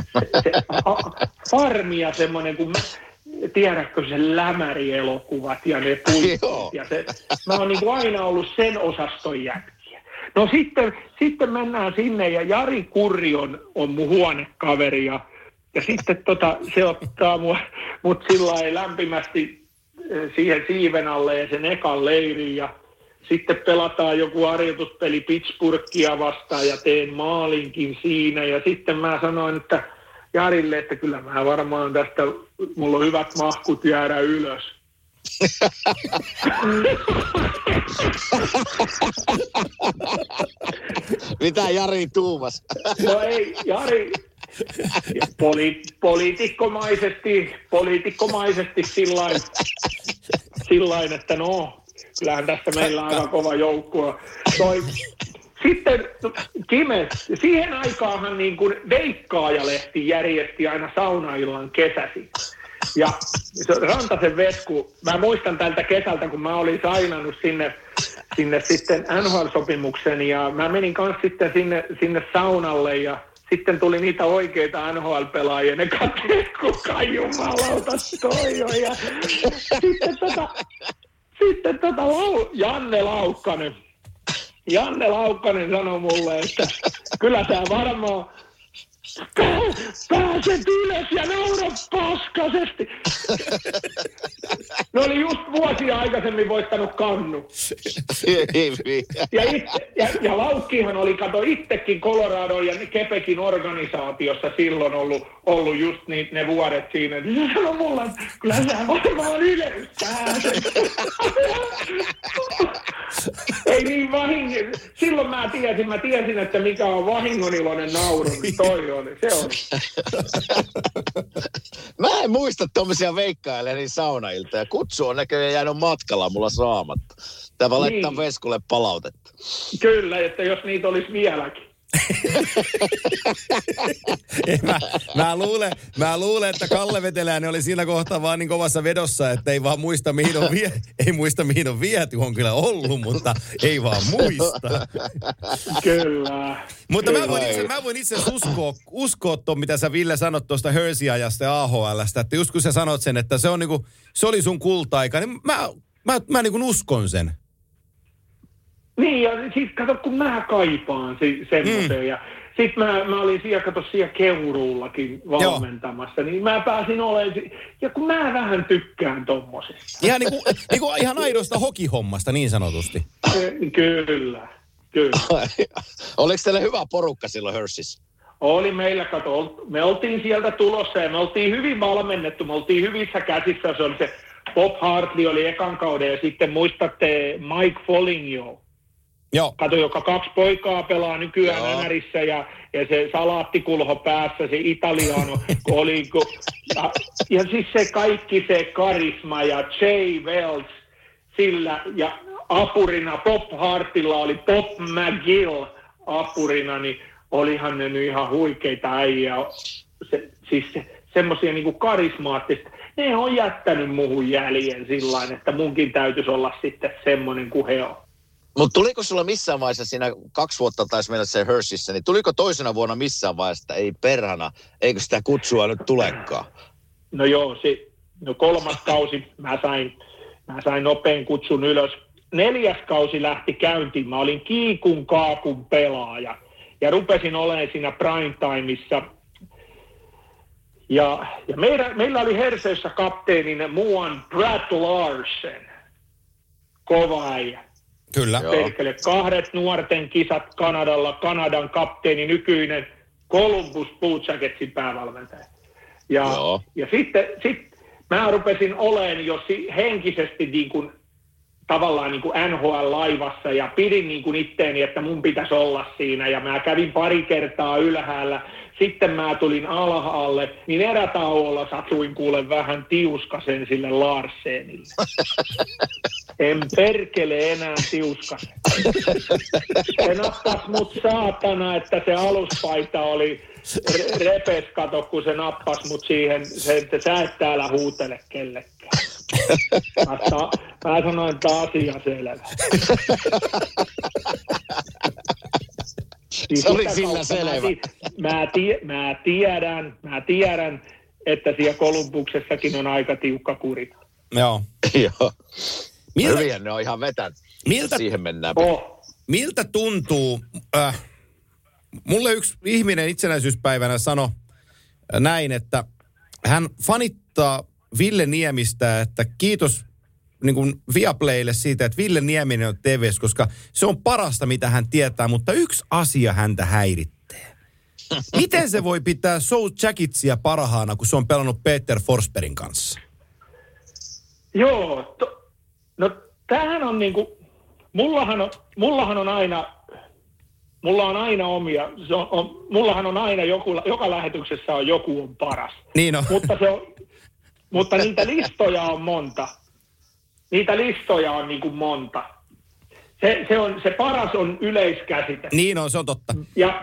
farmia semmoinen, kun tiedätkö se lämärielokuvat ja ne puitteet ja se, mä oon niinku aina ollut sen osaston jätkiä. No sitten mennään sinne ja Jari Kurri on mun huonekaveri ja sitten se ottaa mut sillai lämpimästi siihen siiven alle ja sen ekan leiriin ja sitten pelataan joku harjoituspeli Pittsburghia vastaan ja teen maalinkin siinä ja sitten mä sanoin, että Jarille, että kyllä mä varmaan tästä, mulla on hyvät mahkut jäädä ylös. Mitä Jari tuumas? No ei, Jari poliitikkomaisesti sillain, että no, kyllähän tässä meillä on aika kova joukkue. Sitten Kime, siihen aikaanhan niin kuin Veikkaajalehti järjesti aina saunaillan kesäsi. Ja Rantasen Vesku, mä muistan tältä kesältä, kun mä olin sainannut sinne sitten NHL-sopimuksen ja mä menin kanssa sitten sinne saunalle ja sitten tuli niitä oikeita NHL-pelaajia, ne katsoivat, kuka jumalauta toi on. Ja sitten Janne Laukkanen sanoi mulle, että kyllä sä varmaan pääset ylös ja naura paskasesti. Ne oli just vuosia aikaisemmin voittanut kannu. Ja Laukkihan oli, itsekin Colorado ja Quebecin organisaatiossa silloin ollut just ne vuodet siinä. Se sanoi mulle, että kyllä sä varmaan ylös pääset. Ei niin silloin mä tiesin, että mikä on vahingoniloinen nauru, niin toi on. oli. Mä en muista tommosia veikkailerin saunailta ja kutsu on näköjään jäänyt matkalla mulla saamatta. Tää vaan laittaa Veskulle palautetta. Kyllä, että jos niitä olisi vieläkin. Mä luulen, että Kalle Veteläinen oli siinä kohtaa vaan niin kovassa vedossa, että ei vaan muista mihin on viety. On kyllä ollut, mutta ei vaan muista. Kyllä. Mutta mä voin itse asiassa uskoa ton, mitä sä Ville sanot tuosta Hersey-ajasta ja AHL:stä. Että just kun sä sanot sen, että se oli sun kulta-aika, niin mä niin kuin uskon sen. Niin, ja sit kato, kun mä kaipaan semmoisen, ja sit mä olin siellä Keuruullakin valmentamassa, niin mä pääsin olemaan, ja kun mä vähän tykkään tommosesta. Ihan ihan aidosta hokihommasta, niin sanotusti. Kyllä. Oliko teillä hyvä porukka silloin Herseyssä? Oli meillä, kato, me oltiin sieltä tulossa, ja me oltiin hyvin valmennettu, me oltiin hyvissä käsissä, se oli se Bob Hartley oli ekan kauden, ja sitten muistatte Mike Foligno. Joo. Kato, joka 2 poikaa pelaa nykyään NRissä ja se salaattikulho päässä, se italiano oli. Ja siis se kaikki se karisma ja Jay Wells sillä ja apurina Bob Hartilla oli Bob McGill apurina, niin olihan ne nyt ihan huikeita äijä. Semmoisia niinku karismaattista. Ne on jättänyt muuhun jäljen sillain, että munkin täytyisi olla sitten semmoinen kuin he on. Mutta tuliko sulla missään vaiheessa siinä 2 vuotta taisi mennä se Herseyssä, niin tuliko toisena vuonna missään vaiheessa, että ei perhana, eikö sitä kutsua nyt tulekaan? No joo, 3. kausi mä sain nopein kutsun ylös. 4. kausi lähti käyntiin, mä olin kiikun kaakun pelaaja ja rupesin olemaan siinä prime timeissa. Ja meillä oli Herseyssä kapteenin muuan Brad Larsen, kova äijä. Kyllä. Perkele 2 nuorten kisat Kanadalla, Kanadan kapteeni, nykyinen Columbus Blue Jacketsin päävalmentaja. Ja sitten mä rupesin olemaan jo henkisesti niin kuin, tavallaan niin kuin NHL-laivassa ja pidin niin kuin itteeni, että mun pitäisi olla siinä. Ja mä kävin pari kertaa ylhäällä. Sitten mä tulin alhaalle, niin erätauolla satuin kuule vähän tiuskasen sille Larsenille. En perkele enää tiuskasen. Se nappas mut saatana, että se aluspaita oli repes, kato, kun se nappas mut siihen, että sä et täällä huutele kellekään. Mä sanoin, että asia selvä. Se oli sillä selvä. Mä tiedän, että siellä Kolumbuksessakin on aika tiukka kuri. Joo. Hyviä ne on ihan vetänyt. Siihen mennään. Miltä tuntuu, mulle yksi ihminen itsenäisyyspäivänä sanoi näin, että hän fanittaa Ville Niemistä, että kiitos niin kuin Viaplaylle siitä, että Ville Nieminen on TV:ssä, koska se on parasta, mitä hän tietää, mutta yksi asia häntä häiritsee. Miten se voi pitää Joe Jacketsia parhaana, kun se on pelannut Peter Forsbergin kanssa? Joo, no tämähän on niinku, mullahan on aina, mulla on aina omia, mullahan on aina joka lähetyksessä on joku on paras. Niin on. Mutta niitä listoja on monta. Niitä listoja on niinku monta. Se paras on yleiskäsite. Niin on, se on totta.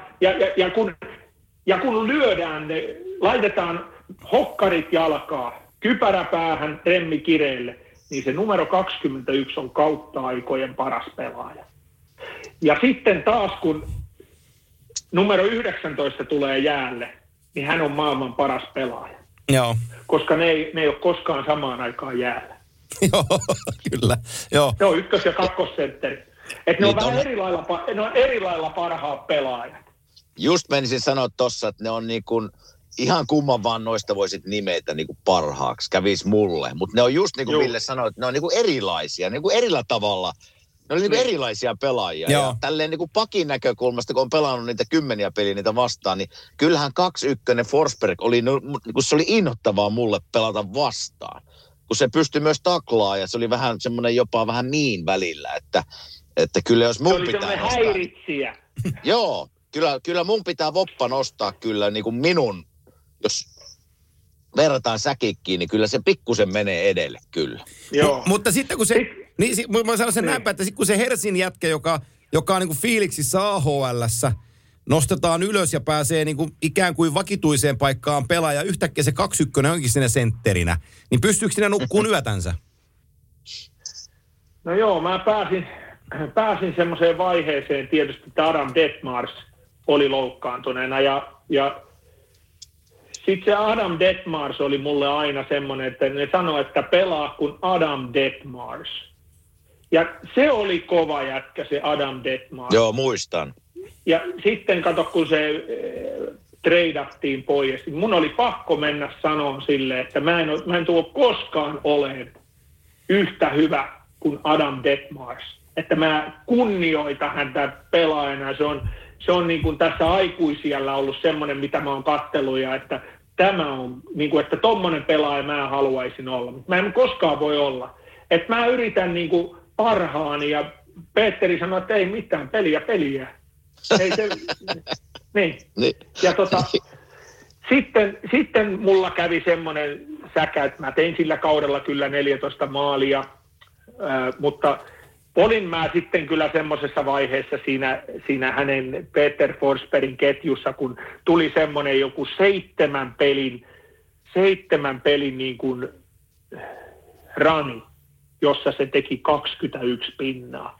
Ja kun lyödään ne, laitetaan hokkarit jalkaa, kypärä päähän, remmi kireille, niin se numero 21 on kautta aikojen paras pelaaja. Ja sitten taas kun numero 19 tulee jäälle, niin hän on maailman paras pelaaja. Joo. Koska ne ei ole koskaan samaan aikaan jäällä. Joo, kyllä. Joo. Ne on ykkös- ja kakkosentteri. Että ne on vähän eri lailla parhaat pelaajat. Just menisin sanoa tossa, että ne on niin kuin, ihan kumman vaan noista voisit nimetä niin kuin parhaaksi, kävisi mulle. Mutta ne on just niin kuin Ville sanoi, että ne on niin kuin erilaisia, niin kuin erillä tavalla. Ne oli niin kuin erilaisiä pelaajia. Joo. Ja tälleen niin kuin pakin näkökulmasta, kun on pelannut niitä 10 peliä niitä vastaan, niin kyllähän 2-1 Forsberg oli, niin kuin se oli innoittavaa mulle pelata vastaan. Kun se pystyi myös taklaamaan ja se oli vähän semmoinen jopa vähän välillä, että kyllä jos mun pitää se oli semmoinen häiritsijä. Joo, Kyllä mun pitää Voppa nostaa kyllä niin kuin minun, jos verrataan säkikkiin, niin kyllä se pikkusen menee edelle kyllä. Joo. Mutta sitten kun se, mä sanon sen näinpä, että kun se Hersin jätkä, joka on niin kuin fiiliksissä AHL:ssä, nostetaan ylös ja pääsee niin kuin ikään kuin vakituiseen paikkaan pelaaja, yhtäkkiä se 2-1 onkin siinä sentterinä, niin pystyykö sinä nukkuun yötänsä? No joo, mä pääsin semmoiseen vaiheeseen tietysti, että Adam Detmars oli loukkaantuneena ja sitten se Adam Detmars oli mulle aina semmoinen, että ne sanoi, että pelaa kuin Adam Detmars. Ja se oli kova jätkä, se Adam Detmars. Joo, muistan. Ja sitten kato, kun se treidattiin pois, niin mun oli pakko mennä sanoa silleen, että mä en tuo koskaan olemaan yhtä hyvä kuin Adam Detmars. Että mä kunnioitan häntä pelaajana. Se on niin kuin tässä aikuisiällä ollut semmoinen, mitä mä oon katsellut, ja että tämä on, niin kuin, että tommonen pelaaja mä haluaisin olla. Mutta mä en koskaan voi olla. Että mä yritän niin kuin parhaani, ja Petteri sanoi, että ei mitään, peliä. Ei se, niin. Ja sitten mulla kävi semmoinen säkä, että mä tein sillä kaudella kyllä 14 maalia, mutta olin mä sitten kyllä semmoisessa vaiheessa siinä hänen Peter Forsbergin ketjussa, kun tuli semmoinen joku 7 pelin niin kuin rani, jossa se teki 21 pinnaa.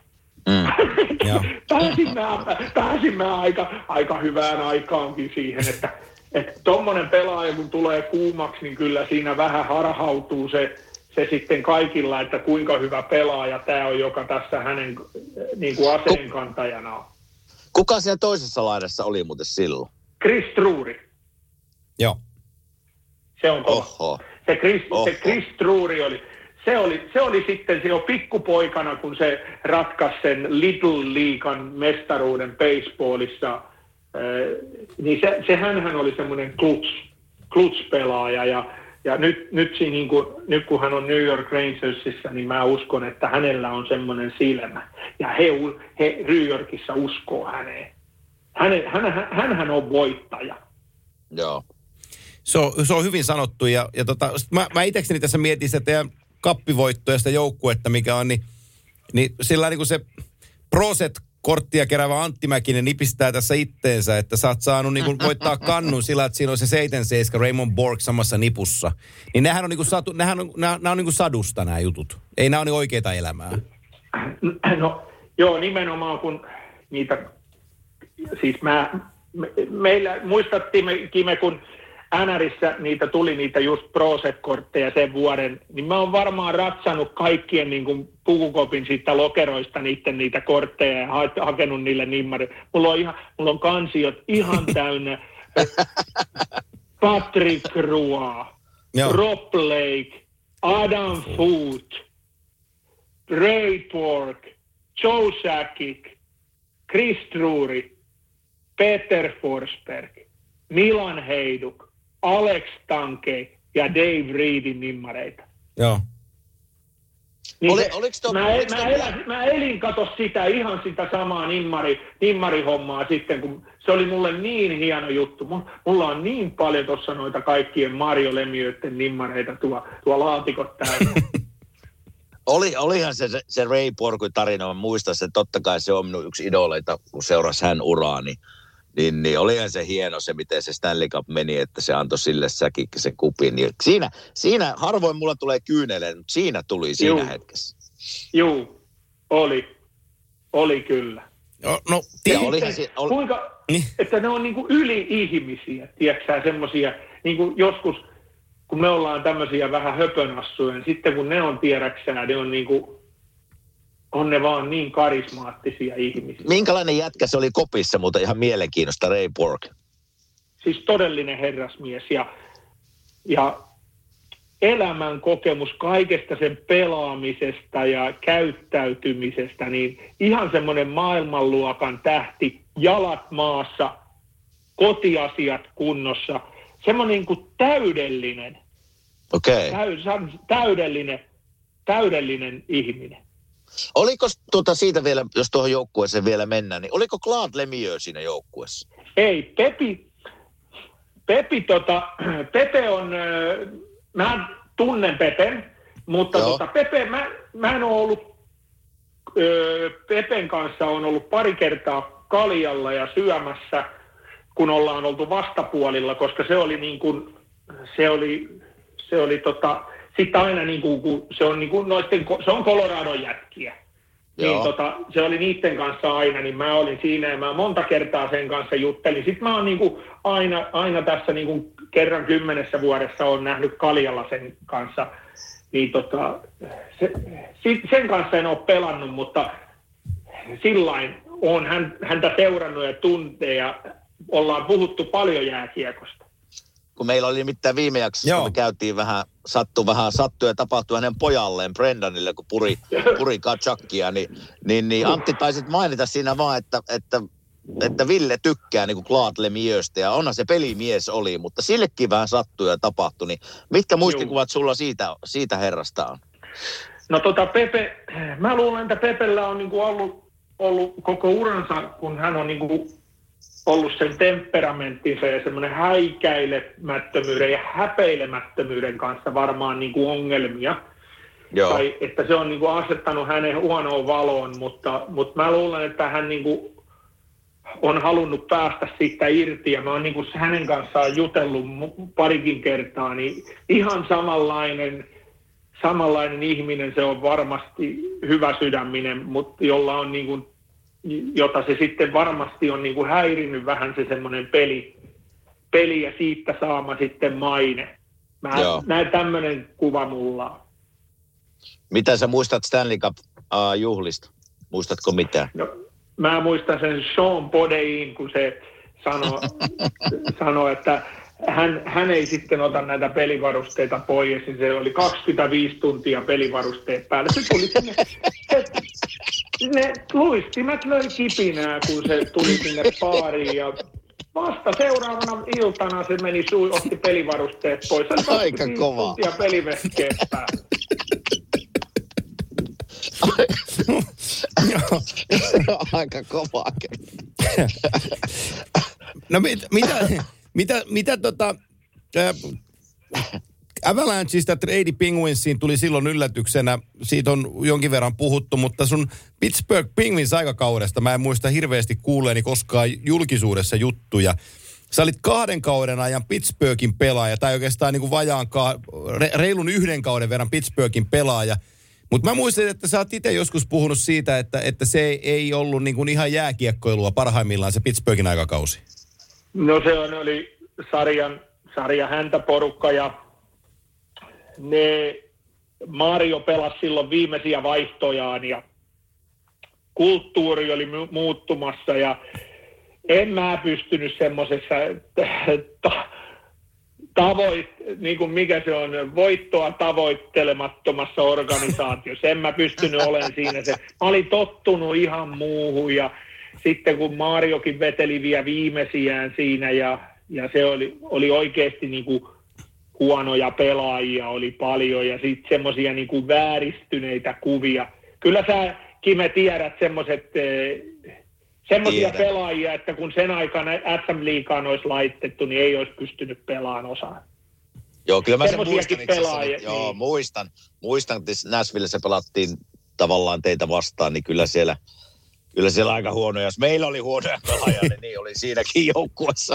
Pääsin mä aika hyvään aikaankin siihen, että tommonen pelaaja kun tulee kuumaksi, niin kyllä siinä vähän harhautuu se sitten kaikilla, että kuinka hyvä pelaaja tämä on, joka tässä hänen niin kuin aseenkantajana on. Kuka siellä toisessa laidassa oli muuten silloin? Chris Drury. Joo. Se on kova. Se Chris Drury oli. Se oli sitten silloin pikkupoikana, kun se ratkaisi sen Little Leaguean mestaruuden baseballissa, niin hänhän oli semmoinen clutch-pelaaja, ja nyt kun hän on New York Rangersissa, niin mä uskon, että hänellä on semmoinen silmä, ja he New Yorkissa uskoo häneen. Hänhän on voittaja. Joo. Se on hyvin sanottu, ja mä itsekseni tässä mietin sitä teidän kappivoittoja, sitä joukkuetta, mikä on, niin sillä niin kuin se Proset-korttia keräävä Antti Mäkinen nipistää tässä itteensä, että sä oot saanut niin kuin voittaa kannun sillä, että siinä on se 7-7 Raymond Borg samassa nipussa. Niin nehän on niin kuin nämä on niin kuin sadusta nämä jutut. Ei nämä ole niin oikeita elämää. No joo, nimenomaan kun niitä, siis meillä muistattiin Kime, kun NRissä niitä tuli niitä just Proset-kortteja sen vuoden, niin mä oon varmaan ratsannut kaikkien niin kuin pukukopin siitä lokeroista niitä kortteja ja hakenut niille nimmarit. Mulla on kansiot ihan täynnä Patrick Roy, Rob Blake, Adam Foote, Ray Borg, Joe Sakic, Chris Drury, Peter Forsberg, Milan Hejduk, Alex Tanke ja Dave Reedin nimmareita. Joo. Niin mä elin kato ihan sitä samaa nimmarihommaa sitten, kun se oli mulle niin hieno juttu. Mulla on niin paljon tuossa noita kaikkien Mario Lemieuxten nimmareita tuo laatikot täynnä. Olihan se Ray Borgin tarina, mä muistan sen, totta kai se on minun yksi idoleita, kun seurasi hän uraa, niin olihan se hieno se, miten se Stanley Cup meni, että se antoi sille Säkikki sen kupin. Niin siinä harvoin mulla tulee kyyneleen, mutta siinä tuli siinä hetkessä. Juu, oli kyllä. No, kuinka, että ne on niinku yli-ihmisiä, tiedätkö semmoisia, niinku joskus, kun me ollaan tämmöisiä vähän höpönassuja, niin sitten kun ne on tiedäksää, ne on niinku, on ne vaan niin karismaattisia ihmisiä. Minkälainen jätkä se oli kopissa, mutta ihan mielenkiintoista, Ray Borg? Siis todellinen herrasmies ja elämän kokemus kaikesta sen pelaamisesta ja käyttäytymisestä, niin ihan semmoinen maailmanluokan tähti, jalat maassa, kotiasiat kunnossa, semmoinen niin kuin täydellinen, Okei. täydellinen ihminen. Oliko siitä vielä, jos tuohon joukkueeseen vielä mennään, niin oliko Claude Lemieux siinä joukkueessa? Ei, Pepe on, mä tunnen Pepen, mutta Pepe, mä en ole ollut, Pepen kanssa on ollut pari kertaa kaljalla ja syömässä, kun ollaan oltu vastapuolilla, koska se oli niin kuin, sitten aina niin kuin, kun se on niin kuin se on Coloradon jätkiä. Niin se oli niiden kanssa aina, niin mä olin siinä ja mä monta kertaa sen kanssa juttelin. Sitten mä oon niin kuin aina tässä niin kuin kerran 10 vuodessa on nähnyt kaljalla sen kanssa. Niin sen kanssa en ole pelannut, mutta sillain on häntä seurannut ja tuntee ja ollaan puhuttu paljon jääkiekosta. Kun meillä oli nimittäin viime jaksossa, kun me käytiin sattui ja tapahtui hänen pojalleen Brendanille, kun puri Kachakia, niin Antti taisit mainita siinä vaan, että Ville tykkää niin kuin Claude Lemieuxstä ja onhan se pelimies oli, mutta sillekin vähän sattui ja tapahtui, niin mitkä muistikuvat sulla siitä herrasta on? No Pepe, mä luulen, että Pepellä on niin kuin ollut koko uransa, kun hän on niin kuin ollut sen temperamenttinsa ja semmoinen häikäilemättömyyden ja häpeilemättömyyden kanssa varmaan niin kuin ongelmia. Joo. Tai että se on niin kuin asettanut hänen huonoon valoon, mutta mä luulen, että hän niin kuin on halunnut päästä siitä irti ja mä oon niin kuin hänen kanssaan jutellut parikin kertaa, niin ihan samanlainen ihminen se on varmasti hyvä sydäminen, mutta jolla on niin kuin jota se sitten varmasti on niin kuin häirinnyt vähän se semmoinen peli ja siitä saama sitten maine. Näin tämmöinen kuva mulla on. Mitä sä muistat Stanley Cup-juhlista? Muistatko mitään? No, mä muistan sen Sean Podein, kun se sanoi, että hän ei sitten ota näitä pelivarusteita pois. Se oli 25 tuntia pelivarusteet päällä. Se tuli sinne... Ne luistimet löi kipinää, kun se tuli sinne baariin ja vasta seuraavana iltana se meni otti pelivarusteet pois. Aika kova. Ja pelivehkeet päällä. Aika kova. No mitä Avalancheista Trade Penguinsiin tuli silloin yllätyksenä. Siitä on jonkin verran puhuttu, mutta sun Pittsburgh Penguins aikakaudesta mä en muista hirveästi kuulleeni koskaan julkisuudessa juttuja. Sä olit 2 kauden ajan Pittsburghin pelaaja, tai oikeastaan niin kuin reilun 1 kauden verran Pittsburghin pelaaja. Mutta mä muistin, että sä oot itse joskus puhunut siitä, että se ei ollut niin kuin ihan jääkiekkoilua parhaimmillaan se Pittsburghin aikakausi. No se oli sarja häntä porukka ja Mario pelasi silloin viimeisiä vaihtojaan ja kulttuuri oli muuttumassa ja en mä pystynyt semmoisessa niin kuin mikä se on, voittoa tavoittelemattomassa organisaatiossa. En mä pystynyt olemaan siinä. Mä olin tottunut ihan muuhun ja sitten kun Mariokin veteli vielä viimeisiään siinä ja se oli oikeasti niin kuin huonoja pelaajia oli paljon ja sitten semmoisia niin kuin vääristyneitä kuvia. Kyllä sä, Kime, tiedät semmoisia pelaajia, että kun sen aikana SM-liigaan olisi laitettu, niin ei olisi pystynyt pelaamaan osaan. Joo, kyllä mä sen muistan pelaajia. Joo, niin. Muistan, että Nashvillessä pelattiin tavallaan teitä vastaan, niin kyllä siellä aika huonoja. Jos meillä oli huonoja pelaajia, niin oli siinäkin joukkueessa.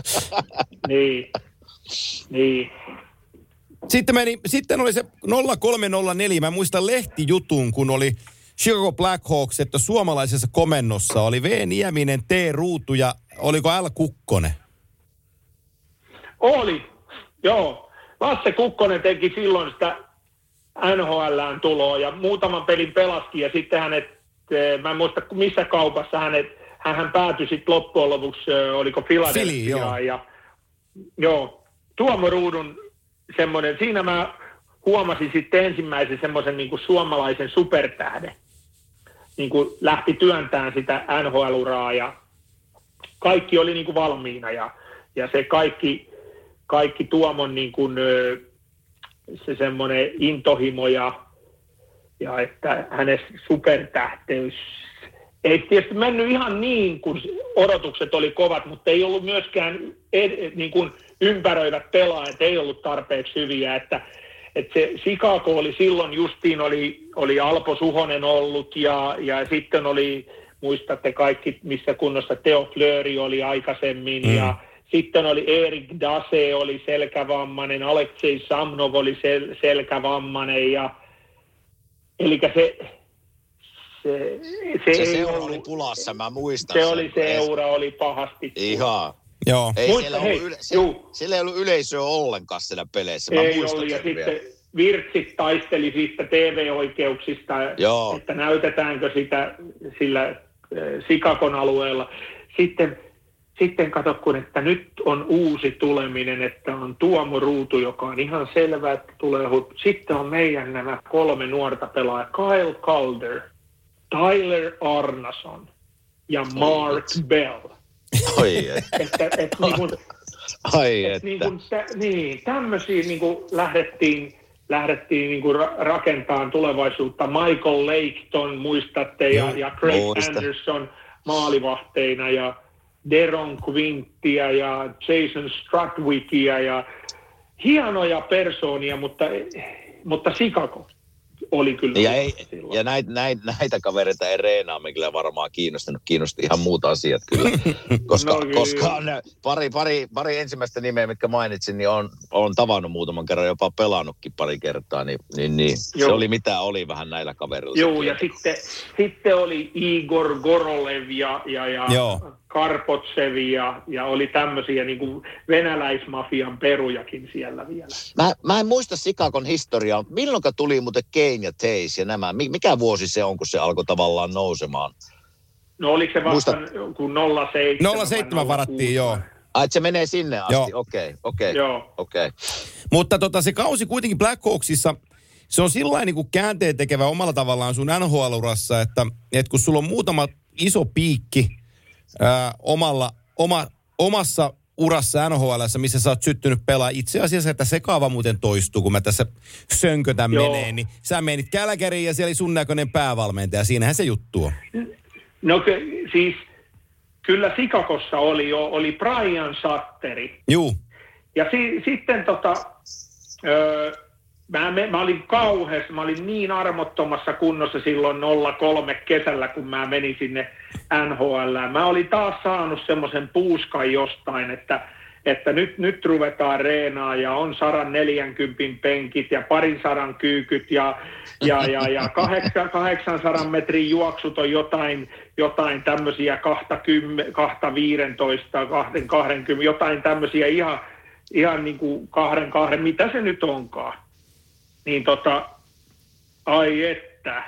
Niin. Sitten oli se 0304, mä muistan lehtijutun, kun oli Chicago Blackhawks, että suomalaisessa komennossa oli V. Nieminen, T. Ruutu ja oliko L. Kukkonen? Oli, joo. Lasse Kukkonen teki silloin sitä NHL:ään tuloa ja muutaman pelin pelaskin ja sitten hänet, mä en muista missä kaupassa hän päätyi sitten loppujen lopuksi, oliko Philadelphiaan ja joo, Tuomo Ruudun semmoinen, siinä mä huomasin sitten ensimmäisen semmoisen niin kuin suomalaisen supertähden, niin kuin lähti työntämään sitä NHL-uraa ja kaikki oli niin kuin valmiina ja se kaikki Tuomon niin kuin, se semmoinen intohimo ja ja että hänen supertähteys ei tietysti mennyt ihan niin, kun odotukset oli kovat, mutta ei ollut myöskään niin kuin ympäröivät pelaajat, ei ollut tarpeeksi hyviä, että se Chicago oli silloin justiin, oli Alpo Suhonen ollut ja sitten oli, muistatte kaikki, missä kunnossa Theo Fleury oli aikaisemmin ja sitten oli Erik Dase oli selkävammainen, Aleksei Samnov oli selkävammainen ja eli se seura oli pulassa, mä muistan se sen. oli seura, oli pahasti. Ihan. Joo. Ei siellä ei ollut yleisöä ollenkaan siellä peleissä. Mä ei muistan ollut, ja sen vielä. sitten Virtsit taisteli siitä TV-oikeuksista, Joo. että näytetäänkö sitä sillä Chicagon alueella. Sitten kato, kun että nyt on uusi tuleminen, että on Tuomo Ruutu, joka on ihan selvä, että tulee. Sitten on meidän nämä 3 nuorta pelaajaa, Kyle Calder, Tyler Arnason ja Mark Bell. Ai että. Tämmöisiä niin lähdettiin niin kuin rakentamaan tulevaisuutta. Michael Laketon, muistatte, ja Craig Anderson maalivahteina ja Deron Quinttia ja Jason Strudwickia ja hienoja persoonia, mutta Chicago oli kyllä. Ja näitä kavereita ei reenaamme kyllä varmaan kiinnosti ihan muut asiat kyllä. Koska pari ensimmäistä nimeä, mitkä mainitsin, niin on tavannut muutaman kerran, jopa pelannutkin pari kertaa, niin se oli mitä oli vähän näillä kavereilla. Joo, ja sitten oli Igor Gorolev ja Karpotsev ja oli tämmöisiä niin kuin venäläismafian perujakin siellä vielä. Mä en muista Chicagon historiaa. Milloinka tuli muuten Kane ja Tays ja nämä? Mikä vuosi se on, kun se alkoi tavallaan nousemaan? No oliko se vasta kun 07 varattiin, joo. Että se menee sinne asti, okei. Mutta se kausi kuitenkin Black Hawksissa, se on sillain niin kuin käänteen tekevä omalla tavallaan sun NHL-urassa, että kun sulla on muutama iso piikki omassa urassa NHL:ssä, missä sä oot syttynyt pelaa. Itse asiassa, että se kaava muuten toistuu, kun mä tässä sönkötän menee, niin sä menit Kälkäriin ja siellä oli sun näköinen päävalmentaja. Siinähän se juttu on. No siis kyllä Chicagossa oli Brian Sutteri. Juu. Ja sitten mä olin kauheassa, mä olin niin armottomassa kunnossa silloin 03 kesällä, kun mä menin sinne NHL. Mä olin taas saanut semmoisen puuskan jostain, että nyt ruvetaan reenaa ja on 140 penkit ja 200 kyykyt ja 800 metrin juoksut on jotain tämmöisiä 2.15, 2.20, jotain tämmöisiä ihan niin kuin 2, mitä se nyt onkaan. Niin ai että.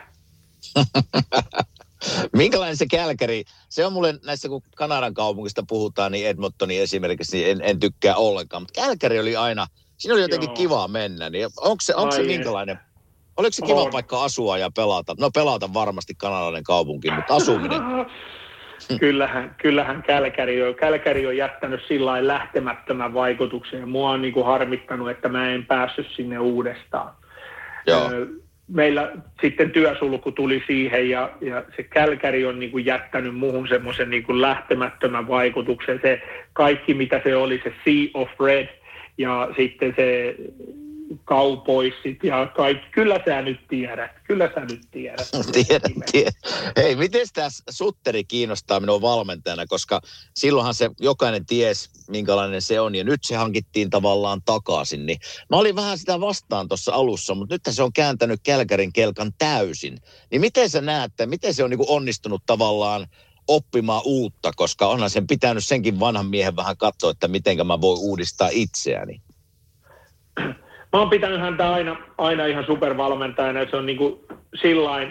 Minkälainen se Calgary? Se on mulle näissä, kun Kanadan kaupungista puhutaan, niin Edmontonin esimerkiksi, niin en tykkää ollenkaan. Mutta Calgary oli aina, siinä oli jotenkin kiva mennä. Niin onko se minkälainen? Oliko se kiva paikka asua ja pelata? No pelata varmasti kanalainen kaupunki, mutta asuminen. Kyllähän Calgary on jättänyt sillain lähtemättömän vaikutuksen. Ja mua on niin kuin harmittanut, että mä en päässyt sinne uudestaan. Joo. Meillä sitten työsulku tuli siihen ja se Calgary on niin kuin jättänyt muuhun semmoisen niin kuin lähtemättömän vaikutuksen. Se kaikki mitä se oli, se Sea of Red ja sitten se Cowboysit ja kaikki. Kyllä sä nyt tiedät. Tiedän. Hei, miten tämä Sutteri kiinnostaa minua valmentajana, koska silloinhan se jokainen ties, minkälainen se on, ja nyt se hankittiin tavallaan takaisin. Niin mä olin vähän sitä vastaan tuossa alussa, mutta nyt se on kääntänyt Calgaryn kelkan täysin. Niin miten sä näet, miten se on niinku onnistunut tavallaan oppimaan uutta, koska onhan sen pitänyt senkin vanhan miehen vähän katsoa, että mitenkä mä voin uudistaa itseäni. Mä oon pitänyt häntä aina ihan supervalmentajana, että se on niinku sillain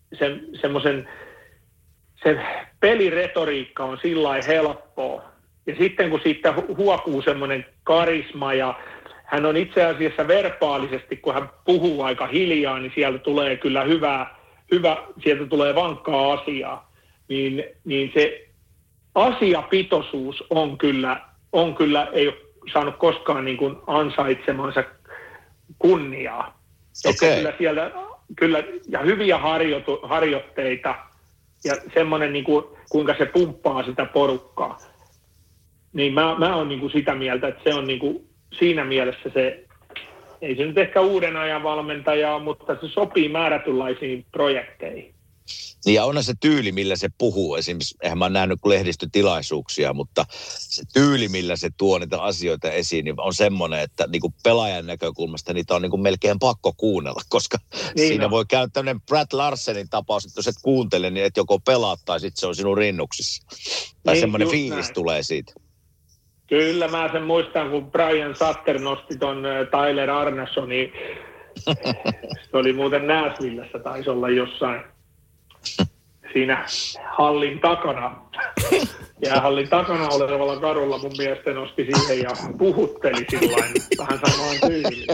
se peliretoriikka on sillain helppoa. Ja sitten kun siitä huokuu semmoinen karisma ja hän on itse asiassa verbaalisesti, kun hän puhuu aika hiljaa, niin sieltä tulee kyllä hyvä sieltä tulee vankkaa asiaa. Niin se asiapitoisuus on kyllä ei ole saanut koskaan niin kuin ansaitsemansa kunniaa. Okay. Kyllä siellä kyllä, ja hyviä harjoitteita ja semmoinen, niin kuin, kuinka se pumppaa sitä porukkaa. Niin mä oon niin kuin sitä mieltä, että se on niin kuin, siinä mielessä se, ei se nyt ehkä uuden ajan valmentaja, mutta se sopii määrätynlaisiin projekteihin. Niin ja onhan se tyyli, millä se puhuu. Esimerkiksi, eihän mä oon nähnyt lehdistötilaisuuksia, mutta se tyyli, millä se tuo niitä asioita esiin, niin on semmoinen, että niin kuin pelaajan näkökulmasta niitä on niin kuin melkein pakko kuunnella, koska niin siinä voi käydä tämmöinen Brad Larsenin tapaus, että jos et kuuntele, niin et joko pelaat tai sitten se on sinun rinnuksissa. Tai niin, semmoinen fiilis tulee siitä. Kyllä, mä sen muistan, kun Brian Sutter nosti ton Tyler Arnasonin. Se oli muuten Nashvillessä, taisi olla jossain siinä hallin takana. Jäähallin takana olevalla karulla mun mielestä nosti siihen ja puhutteli sillain vähän samaan tyyliin.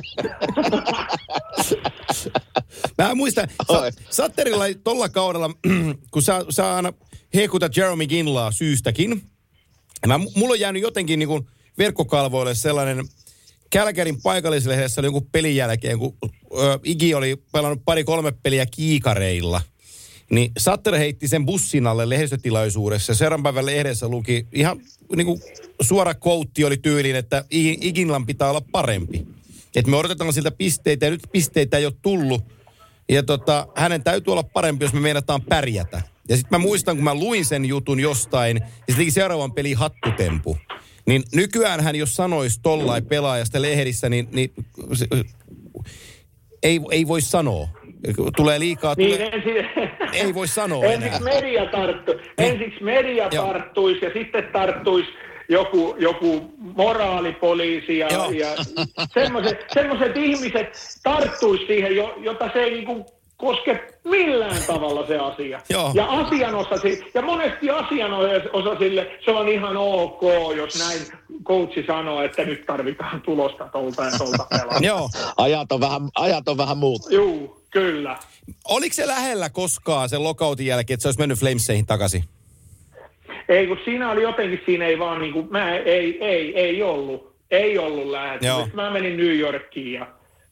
Mä muistan, Sutterilla tolla kaudella, kun sä aina hehkutat Jeremy Ginlaa syystäkin, mulla on jäänyt jotenkin niin kuin verkkokalvoille sellainen, Kälkärin paikallislehdessä oli jonkun pelin jälkeen, kun Igi oli pelannut 2-3 peliä kiikareilla, niin Sutter heitti sen bussin alle lehdistötilaisuudessa. Seuraavan päivän lehdessä luki ihan niin kuin suora quote oli tyyliin, että Iginlan pitää olla parempi. Että me odotetaan siltä pisteitä ja nyt pisteitä ei ole tullut. Ja hänen täytyy olla parempi, jos me meinataan pärjätä. Ja sitten mä muistan, kun mä luin sen jutun jostain, ja sitten seuraavan pelin hattutempu. Niin nykyäänhän, jos sanoisi tollain pelaajasta lehdissä, niin ei voi sanoa. Tulee liikaa. Ei voi sanoa enää. Ensiksi media tarttuisi ja sitten tarttuisi joku moraalipoliisi ja semmoiset ihmiset tarttuisi siihen, jota se ei niinku koske millään tavalla se asia. Joo. Ja ja monesti asianosaisille se on ihan ok, jos näin coachi sanoo, että nyt tarvitaan tulosta tolta ja tolta pelaa. Joo. Ajat on vähän muuttunut. Joo, kyllä. Oliko se lähellä koskaan sen lockoutin jälkeen, että se olisi mennyt Flameseihin takaisin? Ei, kun siinä oli jotenkin, siinä ei vaan niinku, ei ollut lähetys. Mä menin New Yorkiin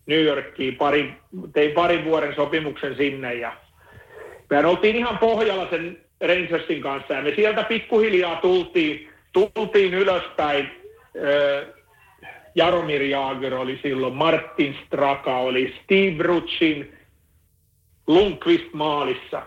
tein parin vuoden sopimuksen sinne ja me oltiin ihan pohjalla sen Rangersin kanssa ja me sieltä pikkuhiljaa tultiin ylöspäin. Jaromir Jagr oli silloin, Martin Straka oli, Steve Rutschin, Lundqvist maalissa.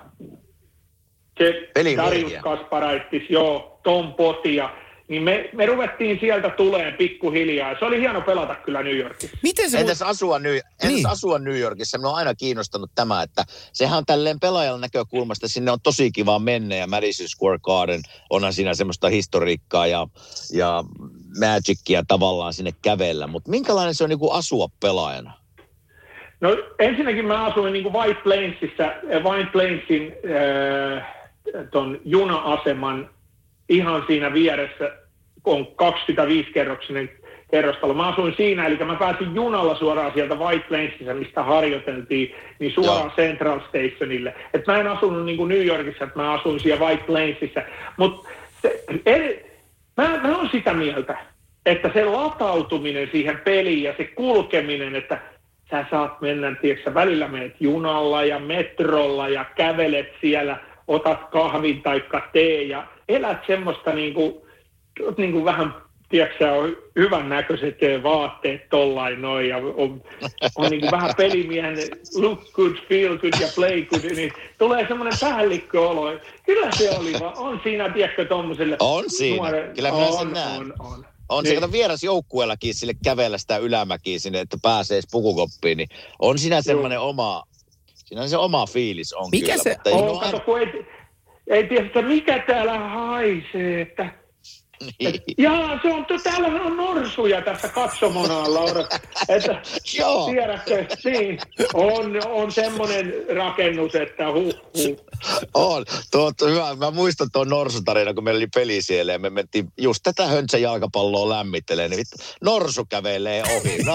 Darius Kasparaitis, Tom Potia. Niin me ruvettiin sieltä tuleen pikkuhiljaa. Se oli hieno pelata kyllä New Yorkissa. Entäs asua New Yorkissa? Minua on aina kiinnostanut tämä, että sehän on tälleen pelaajan näkökulmasta. Sinne on tosi kiva mennä ja Madison Square Garden onhan siinä semmoista historiikkaa ja magicia tavallaan sinne kävellä. Mutta minkälainen se on niin kuin asua pelaajana? No ensinnäkin mä asuin niin kuin White Plainsin ton juna-aseman ihan siinä vieressä, on 25-kerroksinen kerrostalo. Mä asuin siinä, eli mä pääsin junalla suoraan sieltä White Plainsissa, mistä harjoiteltiin, niin suoraan Central Stationille. Et mä en asunut niin kuin New Yorkissa, että mä asuin siellä White Plainsissa. Mutta mä oon sitä mieltä, että se latautuminen siihen peliin ja se kulkeminen, että sä saat mennä, tiedätkö, välillä menet junalla ja metrolla ja kävelet siellä, otat kahvin taikka tee ja elät semmoista niinku vähän, tiedätkö, on hyvän näköiset vaatteet tollain noin ja on niinku vähän pelimiehen look good, feel good ja play good, niin tulee semmoinen päällikköolo. Kyllä se oli, on siinä, tiedätkö, tommoselle. On siinä, kyllä minä sen näen. On se, kato vieras joukkueellakin sille kävellä sitä ylämäkiä sinne, että pääsee pukukoppiin, niin on siinä semmoinen siinä se oma fiilis on. Mikä kyllä. Se on? Kato, kun ei tiedä, että mikä täällä haisee, että jaa, täällähän on norsuja tässä katsomon alla, että tiedätkö, niin, on semmoinen rakennus, että On, hyvä. Mä muistan tuon norsutarina, kun meillä oli peli siellä ja me mentiin just tätä Höntsän jalkapalloa lämmittelee, niin vittu, norsu kävelee ohi. No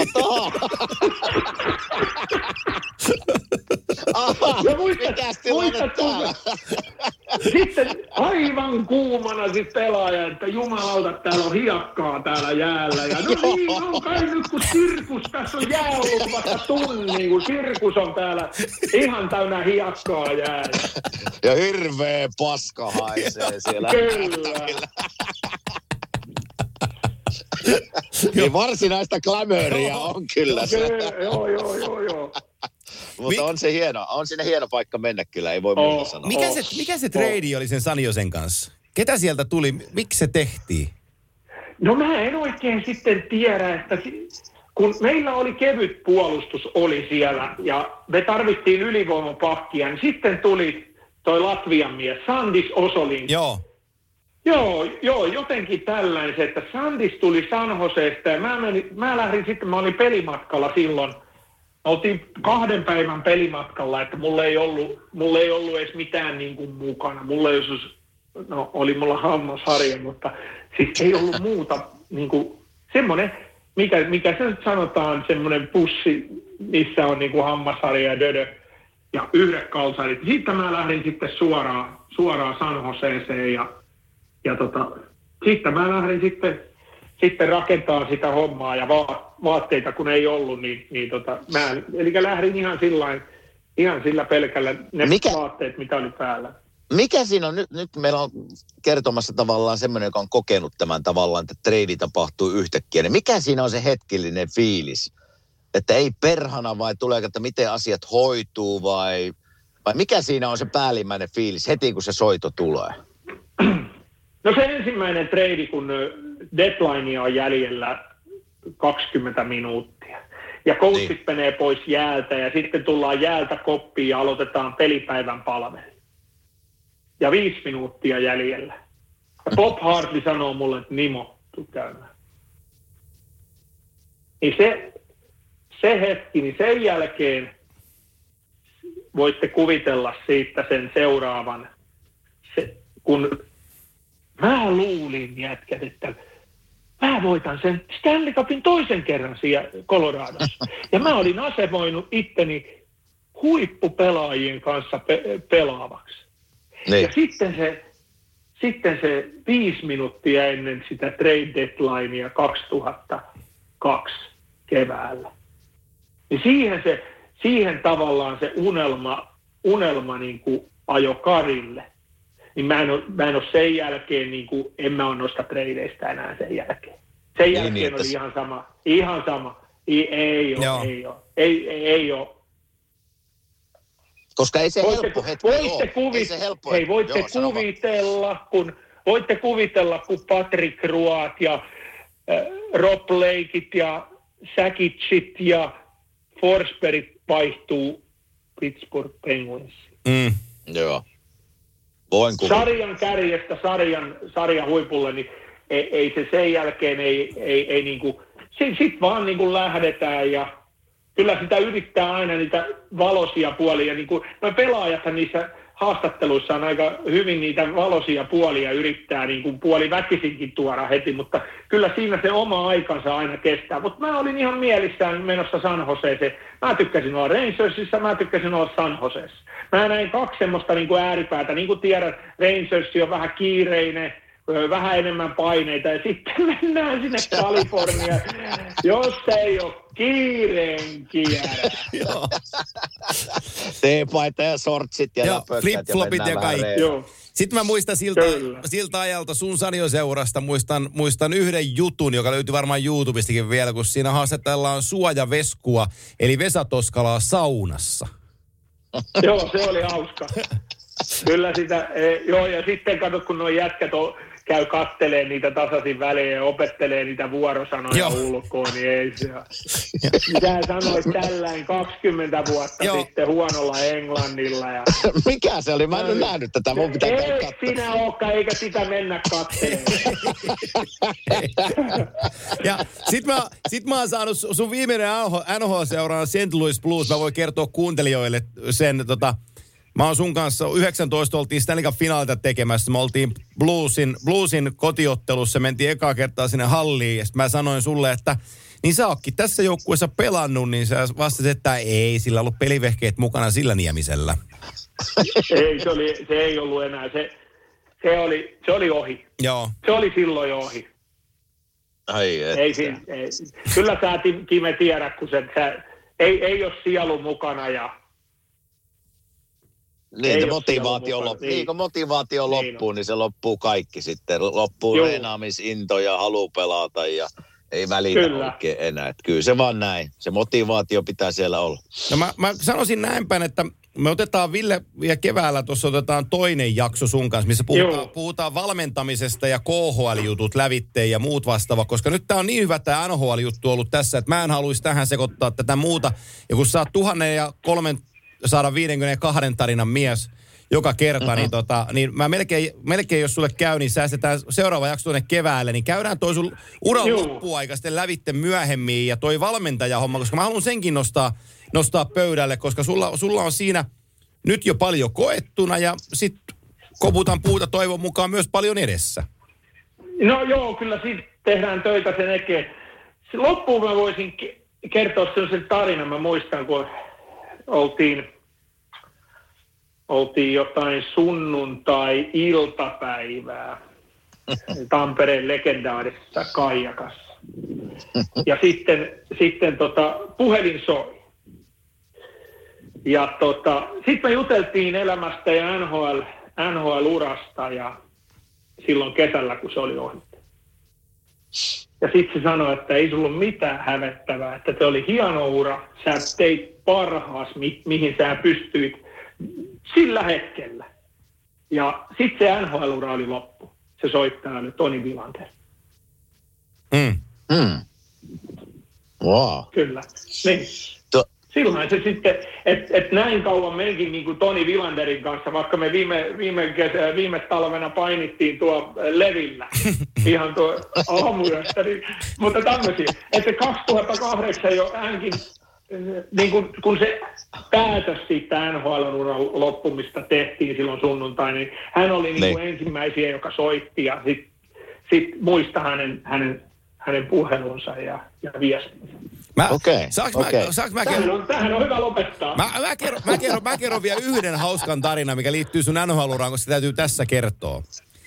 mikäs tilanne täällä? Sitten aivan kuumana sit pelaaja, että jumalauta, täällä on hiekkaa täällä jäällä. Ja no niin on kai nyt, kun sirkus, tässä on jää ollut vasta tunnin, kun sirkus on täällä ihan täynnä hiekkaa jäällä. Ja hirveä paska haisee siellä. Kyllä. Niin varsinaista glamouria on kyllä se. Joo. Mutta on se hieno. On sinne hieno paikka mennä kyllä, ei voi muuta sanoa. Mikä se trade oli sen Sanjosen kanssa? Ketä sieltä tuli? Miksi se tehtiin? No mä en oikein sitten tiedä, että kun meillä oli kevyt puolustus oli siellä ja me tarvittiin ylivoimapakkia, niin sitten tuli toi Latvian mies, Sandis Osolin. Joo, jotenkin tällainen se, että Sandis tuli San Joseesta ja mä lähdin sitten, mä olin pelimatkalla silloin. Oltiin 2 päivän pelimatkalla, että mulla ei ollut edes mitään niin kuin mukana. Oli mulla hammasharja, mutta siis ei ollut muuta niin kuin semmoinen, mikä se nyt sanotaan, semmoinen pussi, missä on niin kuin hammasharja ja dödö ja yhdet kalsarit. Sitten mä lähdin sitten suoraan San Joseeseen ja sitten mä lähdin sitten rakentaa sitä hommaa ja vaatteita kun ei ollut, eli lähdin ihan sillä pelkällä vaatteet, mitä oli päällä. Mikä siinä on nyt meillä on kertomassa tavallaan semmoinen, joka on kokenut tämän tavallaan, että treidi tapahtuu yhtäkkiä. Niin mikä siinä on se hetkellinen fiilis? Että ei perhana vai tuleeko, että miten asiat hoituu vai mikä siinä on se päällimmäinen fiilis heti, kun se soito tulee? No se ensimmäinen treidi, kun deadline on jäljellä 20 minuuttia. Ja coachit menee pois jäältä ja sitten tullaan jäältä koppiin ja aloitetaan pelipäivän palvelu. Ja 5 minuuttia jäljellä. Ja Bob Hartley sanoo mulle, että Nimo, tuu käymään. Niin se hetki, niin sen jälkeen voitte kuvitella siitä sen seuraavan, kun mä luulin jätkät, että mä voitan sen Stanley Cupin toisen kerran siellä Coloradossa. Ja mä olin asemoinut itteni huippupelaajien kanssa pelaavaksi. Niin. Ja sitten se 5 minuuttia ennen sitä trade deadlinea 2002 keväällä. Niin siihen tavallaan se unelma niin kuin ajoi karille. Niin mä en ole sen jälkeen, niin kuin, en mä ole noista tradeista enää sen jälkeen. Sen jälkeen oli ihan sama. Ei ole. Koska ei se helppo hetki ole. Voitte kuvitella, kun Patrick Royt ja Rob Blakeit ja Sakicit ja Forsbergit vaihtuu Pittsburgh Penguinsiin. Joo. Sarjan kärjestä sarjan huipulle, niin ei se sen jälkeen ei niinku, sit vaan niinku lähdetään ja kyllä sitä yrittää aina niitä valoisia puolia, niinku noi pelaajathan niissä haastatteluissa on aika hyvin niitä valoisia puolia yrittää niinku puoli väkisinkin tuoda heti, mutta kyllä siinä se oma aikansa aina kestää. Mutta mä olin ihan mielissään menossa San Joseeseen. Mä tykkäsin olla Rangersissa, mä tykkäsin olla San Joseessa. Mä näin 2 semmoista niinku ääripäätä, niin kuin tiedät, Rangers on vähän kiireinen, vähän enemmän paineita ja sitten mennään sinne Kaliforniaan, jos ei ole kiireen kierä. Teepaita ja sortsit ja flip-flopit ja kaikki. Sitten mä muistan siltä ajalta sun Sanjoseurasta, muistan yhden jutun, joka löytyy varmaan YouTubestakin vielä, kun siinä haastatellaan suojaveskua, eli Vesa Toskalaa saunassa. Joo, se oli hauska. Kyllä sitä, ja sitten kato, kun nuo jätkät käy kattelee niitä tasaisin väliin ja opettelee niitä vuorosanoja ulkoon, niin ei se ole. Mitä sanoit tällainen 20 vuotta sitten huonolla englannilla. Ja mikä se oli? Mä en ole nähnyt tätä, mun pitää käydä katsomaan. Ei sinä olekaan, eikä sitä mennä katselemaan. Ja sit mä oon saanut sun viimeinen NHL-seuraan St. Louis Blues. Mä voin kertoa kuuntelijoille sen, mä oon sun kanssa 19 oltiin Stanley Cup -finaalita tekemässä. Me oltiin Bluesin kotiottelussa, mentiin ekaa kertaa sinne halliin ja sitten mä sanoin sulle, että niin sä ootkin tässä joukkueessa pelannut, niin sä vastasit, että ei, sillä ollut pelivehkeet mukana sillä Niemisellä. Se ei ollut enää. se oli ohi. Joo. Se oli silloin jo ohi. Ai Ei. Kyllä sä Kime tiedä, kun ei ole sielu mukana ja... Niin, kun motivaatio loppuu, niin se loppuu kaikki sitten. Loppuu reenaamisinto ja halu pelata ja ei välitä oikein enää. Että kyllä se vaan näin. Se motivaatio pitää siellä olla. No mä sanoisin näin päin, että me otetaan Ville ja keväällä tuossa otetaan toinen jakso sun kanssa, missä puhutaan valmentamisesta ja KHL-jutut lävitteen ja muut vastaava, koska nyt tää on niin hyvä tää NHL-juttu ollut tässä, että mä en haluaisi tähän sekoittaa tätä muuta. Ja kun sä oot 1,352 tarinan mies joka kerta, niin mä melkein jos sulle käy, niin säästetään seuraava jakso tuonne keväälle, niin käydään toi sun uran loppuaika sitten lävitte myöhemmin ja toi valmentajahomma, koska mä haluan senkin nostaa pöydälle, koska sulla on siinä nyt jo paljon koettuna ja sit koputan puuta toivon mukaan myös paljon edessä. No joo, kyllä siitä tehdään töitä sen eteen. Loppuun mä voisin kertoa sellaisen tarinan. Mä muistan, kun oltiin jotain sunnuntai-iltapäivää Tampereen legendaarisessa Kaijakassa. Ja sitten puhelin soi. Ja sitten me juteltiin elämästä ja NHL-urasta ja silloin kesällä, kun se oli ohi. Ja sitten se sanoi, että ei sulla ole mitään hävettävää, että se oli hieno ura, sä teit parhaas, mihin sä pystyit sillä hetkellä. Ja sitten se NHL-ura oli loppu. Se soittaa nyt Toni Vilander. Wow. Kyllä. Niin. Silloin se sitten, että näin kauan menkin niin kuin Toni Vilanderin kanssa, vaikka me viime talvena painittiin tuo levillä, ihan tuo aamuyöstä, niin, mutta tämmöisiä, että 2008 jo hänkin, niin kun se päätös siitä NHL-uran loppumista tehtiin silloin sunnuntai, niin hän oli niin kuin ensimmäisiä, joka soitti ja sit muista hänen puhelunsa ja viestinsä. Tähän on hyvä lopettaa. Mä kerron vielä yhden hauskan tarinan, mikä liittyy sun NHL-uraan, koska se täytyy tässä kertoa.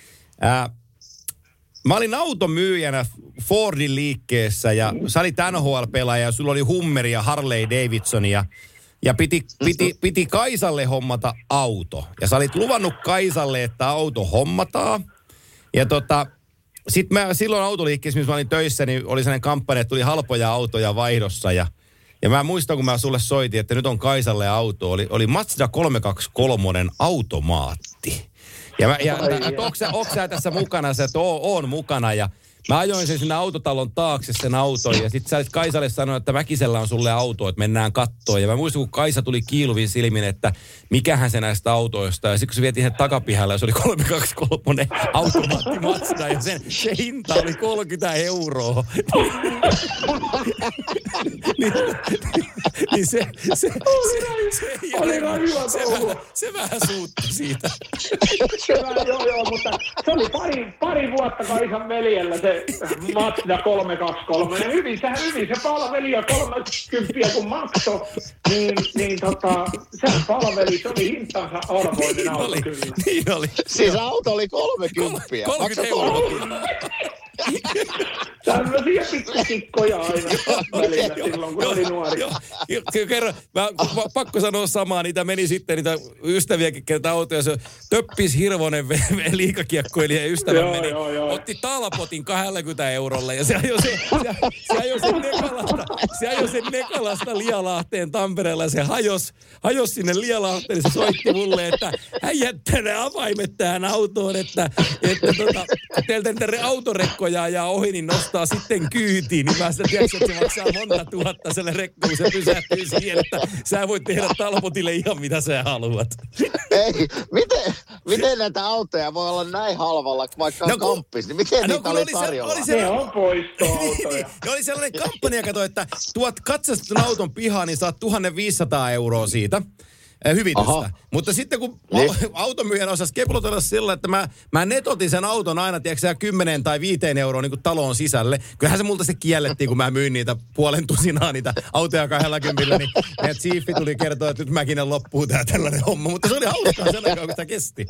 Mä olin automyyjänä Fordin liikkeessä ja sä olit NHL-pelaaja ja sulla oli Hummeri ja Harley Davidsonia. Ja piti Kaisalle hommata auto. Ja sä olit luvannut Kaisalle, että auto hommataan. Ja sitten mä silloin autoliikkeessä, missä mä olin töissä, niin oli sellainen kampanja, että tuli halpoja autoja vaihdossa. Ja mä muistan, kun mä sulle soitin, että nyt on Kaisalle auto. Oli Mazda 323 automaatti. Ja onko sä tässä mukana? Sä, että oon mukana. Ja mä ajoin sen sinne autotalon taakse sen auton. Ja sit sä Kaisalle sanoa, että Mäkisellä on sulle auto, että mennään kattoon. Ja mä muistan, kun Kaisa tuli kiiluvin silmin, että mikähän se näistä autoista. Ja sitten kun se vietiin sen takapihalle, se oli 323 automaatti Mazda. Ja se hinta oli 30 €. Niin se vähän suuttui siitä. Joo, mutta se oli pari vuotta Kaisan veljellä se Mazda 323. Ja hyvin se palveli ja 30 kun maksoi, niin sehän palveli, se oli hintansa arvoinen auto kyllä. Niin oli. Siis auto oli 30. 30 €. Tällaisia pikkutikkoja aina välillä silloin, kun oli nuori. Kerro, pakko sanoa samaa, niitä meni sitten niitä ystäviäkin, ketä autoja. Se Töppis Hirvonen liikakiekkoilija ystävä meni. Otti talpotin 20 € ja se ajoi sen Nekalasta Lialahteen Tampereella. Se hajosi sinne Lialahteen, niin se soitti mulle, että hän jättää ne avaimet tähän autoon, että teiltä niitä autorekkoja ajaa ohi, niin nostaa sitten kyytiin. Niin mä sitä tiedätkö, että se maksaa monta tuhatta sille rekkuun. Se pysähtyy siihen, että sä voit tehdä talpotille ihan mitä sä haluat. Ei, miten näitä autoja voi olla näin halvalla, vaikka on kamppis? Niin miten niitä oli tarjolla? Ne on poistoautoja. Ja oli sellainen kampanja, kato, että tuot katsastetun auton pihaan, niin saat 1 500 € siitä hyvitystä. Mutta sitten kun automyyjän osasi keplotella sillä, että mä netotin sen auton aina, tiedätkö 10 tai 5 euroa niin kuin taloon sisälle. Kyllähän se multa se kiellettiin, kun mä myin niitä 500 niitä autoja 20, niin meidän chiefi tuli kertoa, että nyt mäkin loppuu tää tällainen homma. Mutta se oli hauskaa sen aikaa, kun sitä kesti.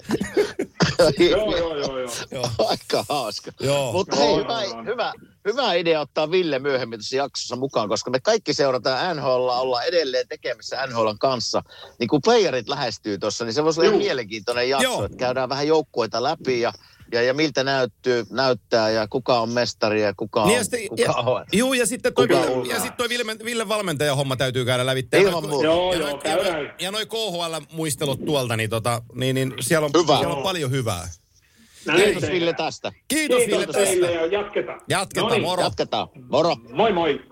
Joo. Aika hauska. Joo. Mutta hei, hyvä idea ottaa Ville myöhemmin tässä jaksossa mukaan, koska me kaikki seurataan NHL, ollaan edelleen tekemissä NHL:n kanssa. Niin kun playerit lähestyy tuossa, niin se voisi olla ihan mielenkiintoinen jakso, että käydään vähän joukkueita läpi ja miltä näyttää ja kuka on mestari ja kuka on. Joo, ja sitten toi Ville valmentajan homma täytyy käydä läpi. Joo, käydään. Ja noi KHL-muistelut tuolta, niin siellä on paljon hyvää. Kiitos Ville tästä. Kiitos Ville tästä. Teille ja jatketaan. Jatketaan, moro. Jatketaan, moro. Moi.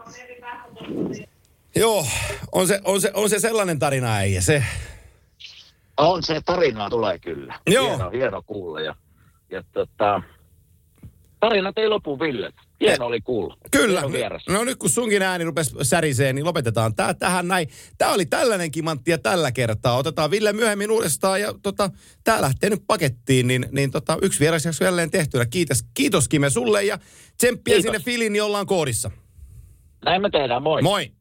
Joo, on se sellainen tarina, äijä se. On se, tarinaa tulee kyllä. Joo. Hieno kuulla. Ja tarinat ei lopu, Ville. Hieno oli kuulla. Kyllä. No nyt kun sunkin ääni rupesi säriseen, niin lopetetaan tää tähän näin. Tää oli tällainen kimanttia tällä kertaa. Otetaan Ville myöhemmin uudestaan ja tää lähtee nyt pakettiin, niin yksi vierasjakso jälleen tehtynä. Kiitos Kime sulle ja tsemppiä sinne Filin, niin ollaan koodissa. Näin me tehdään, moi. Moi.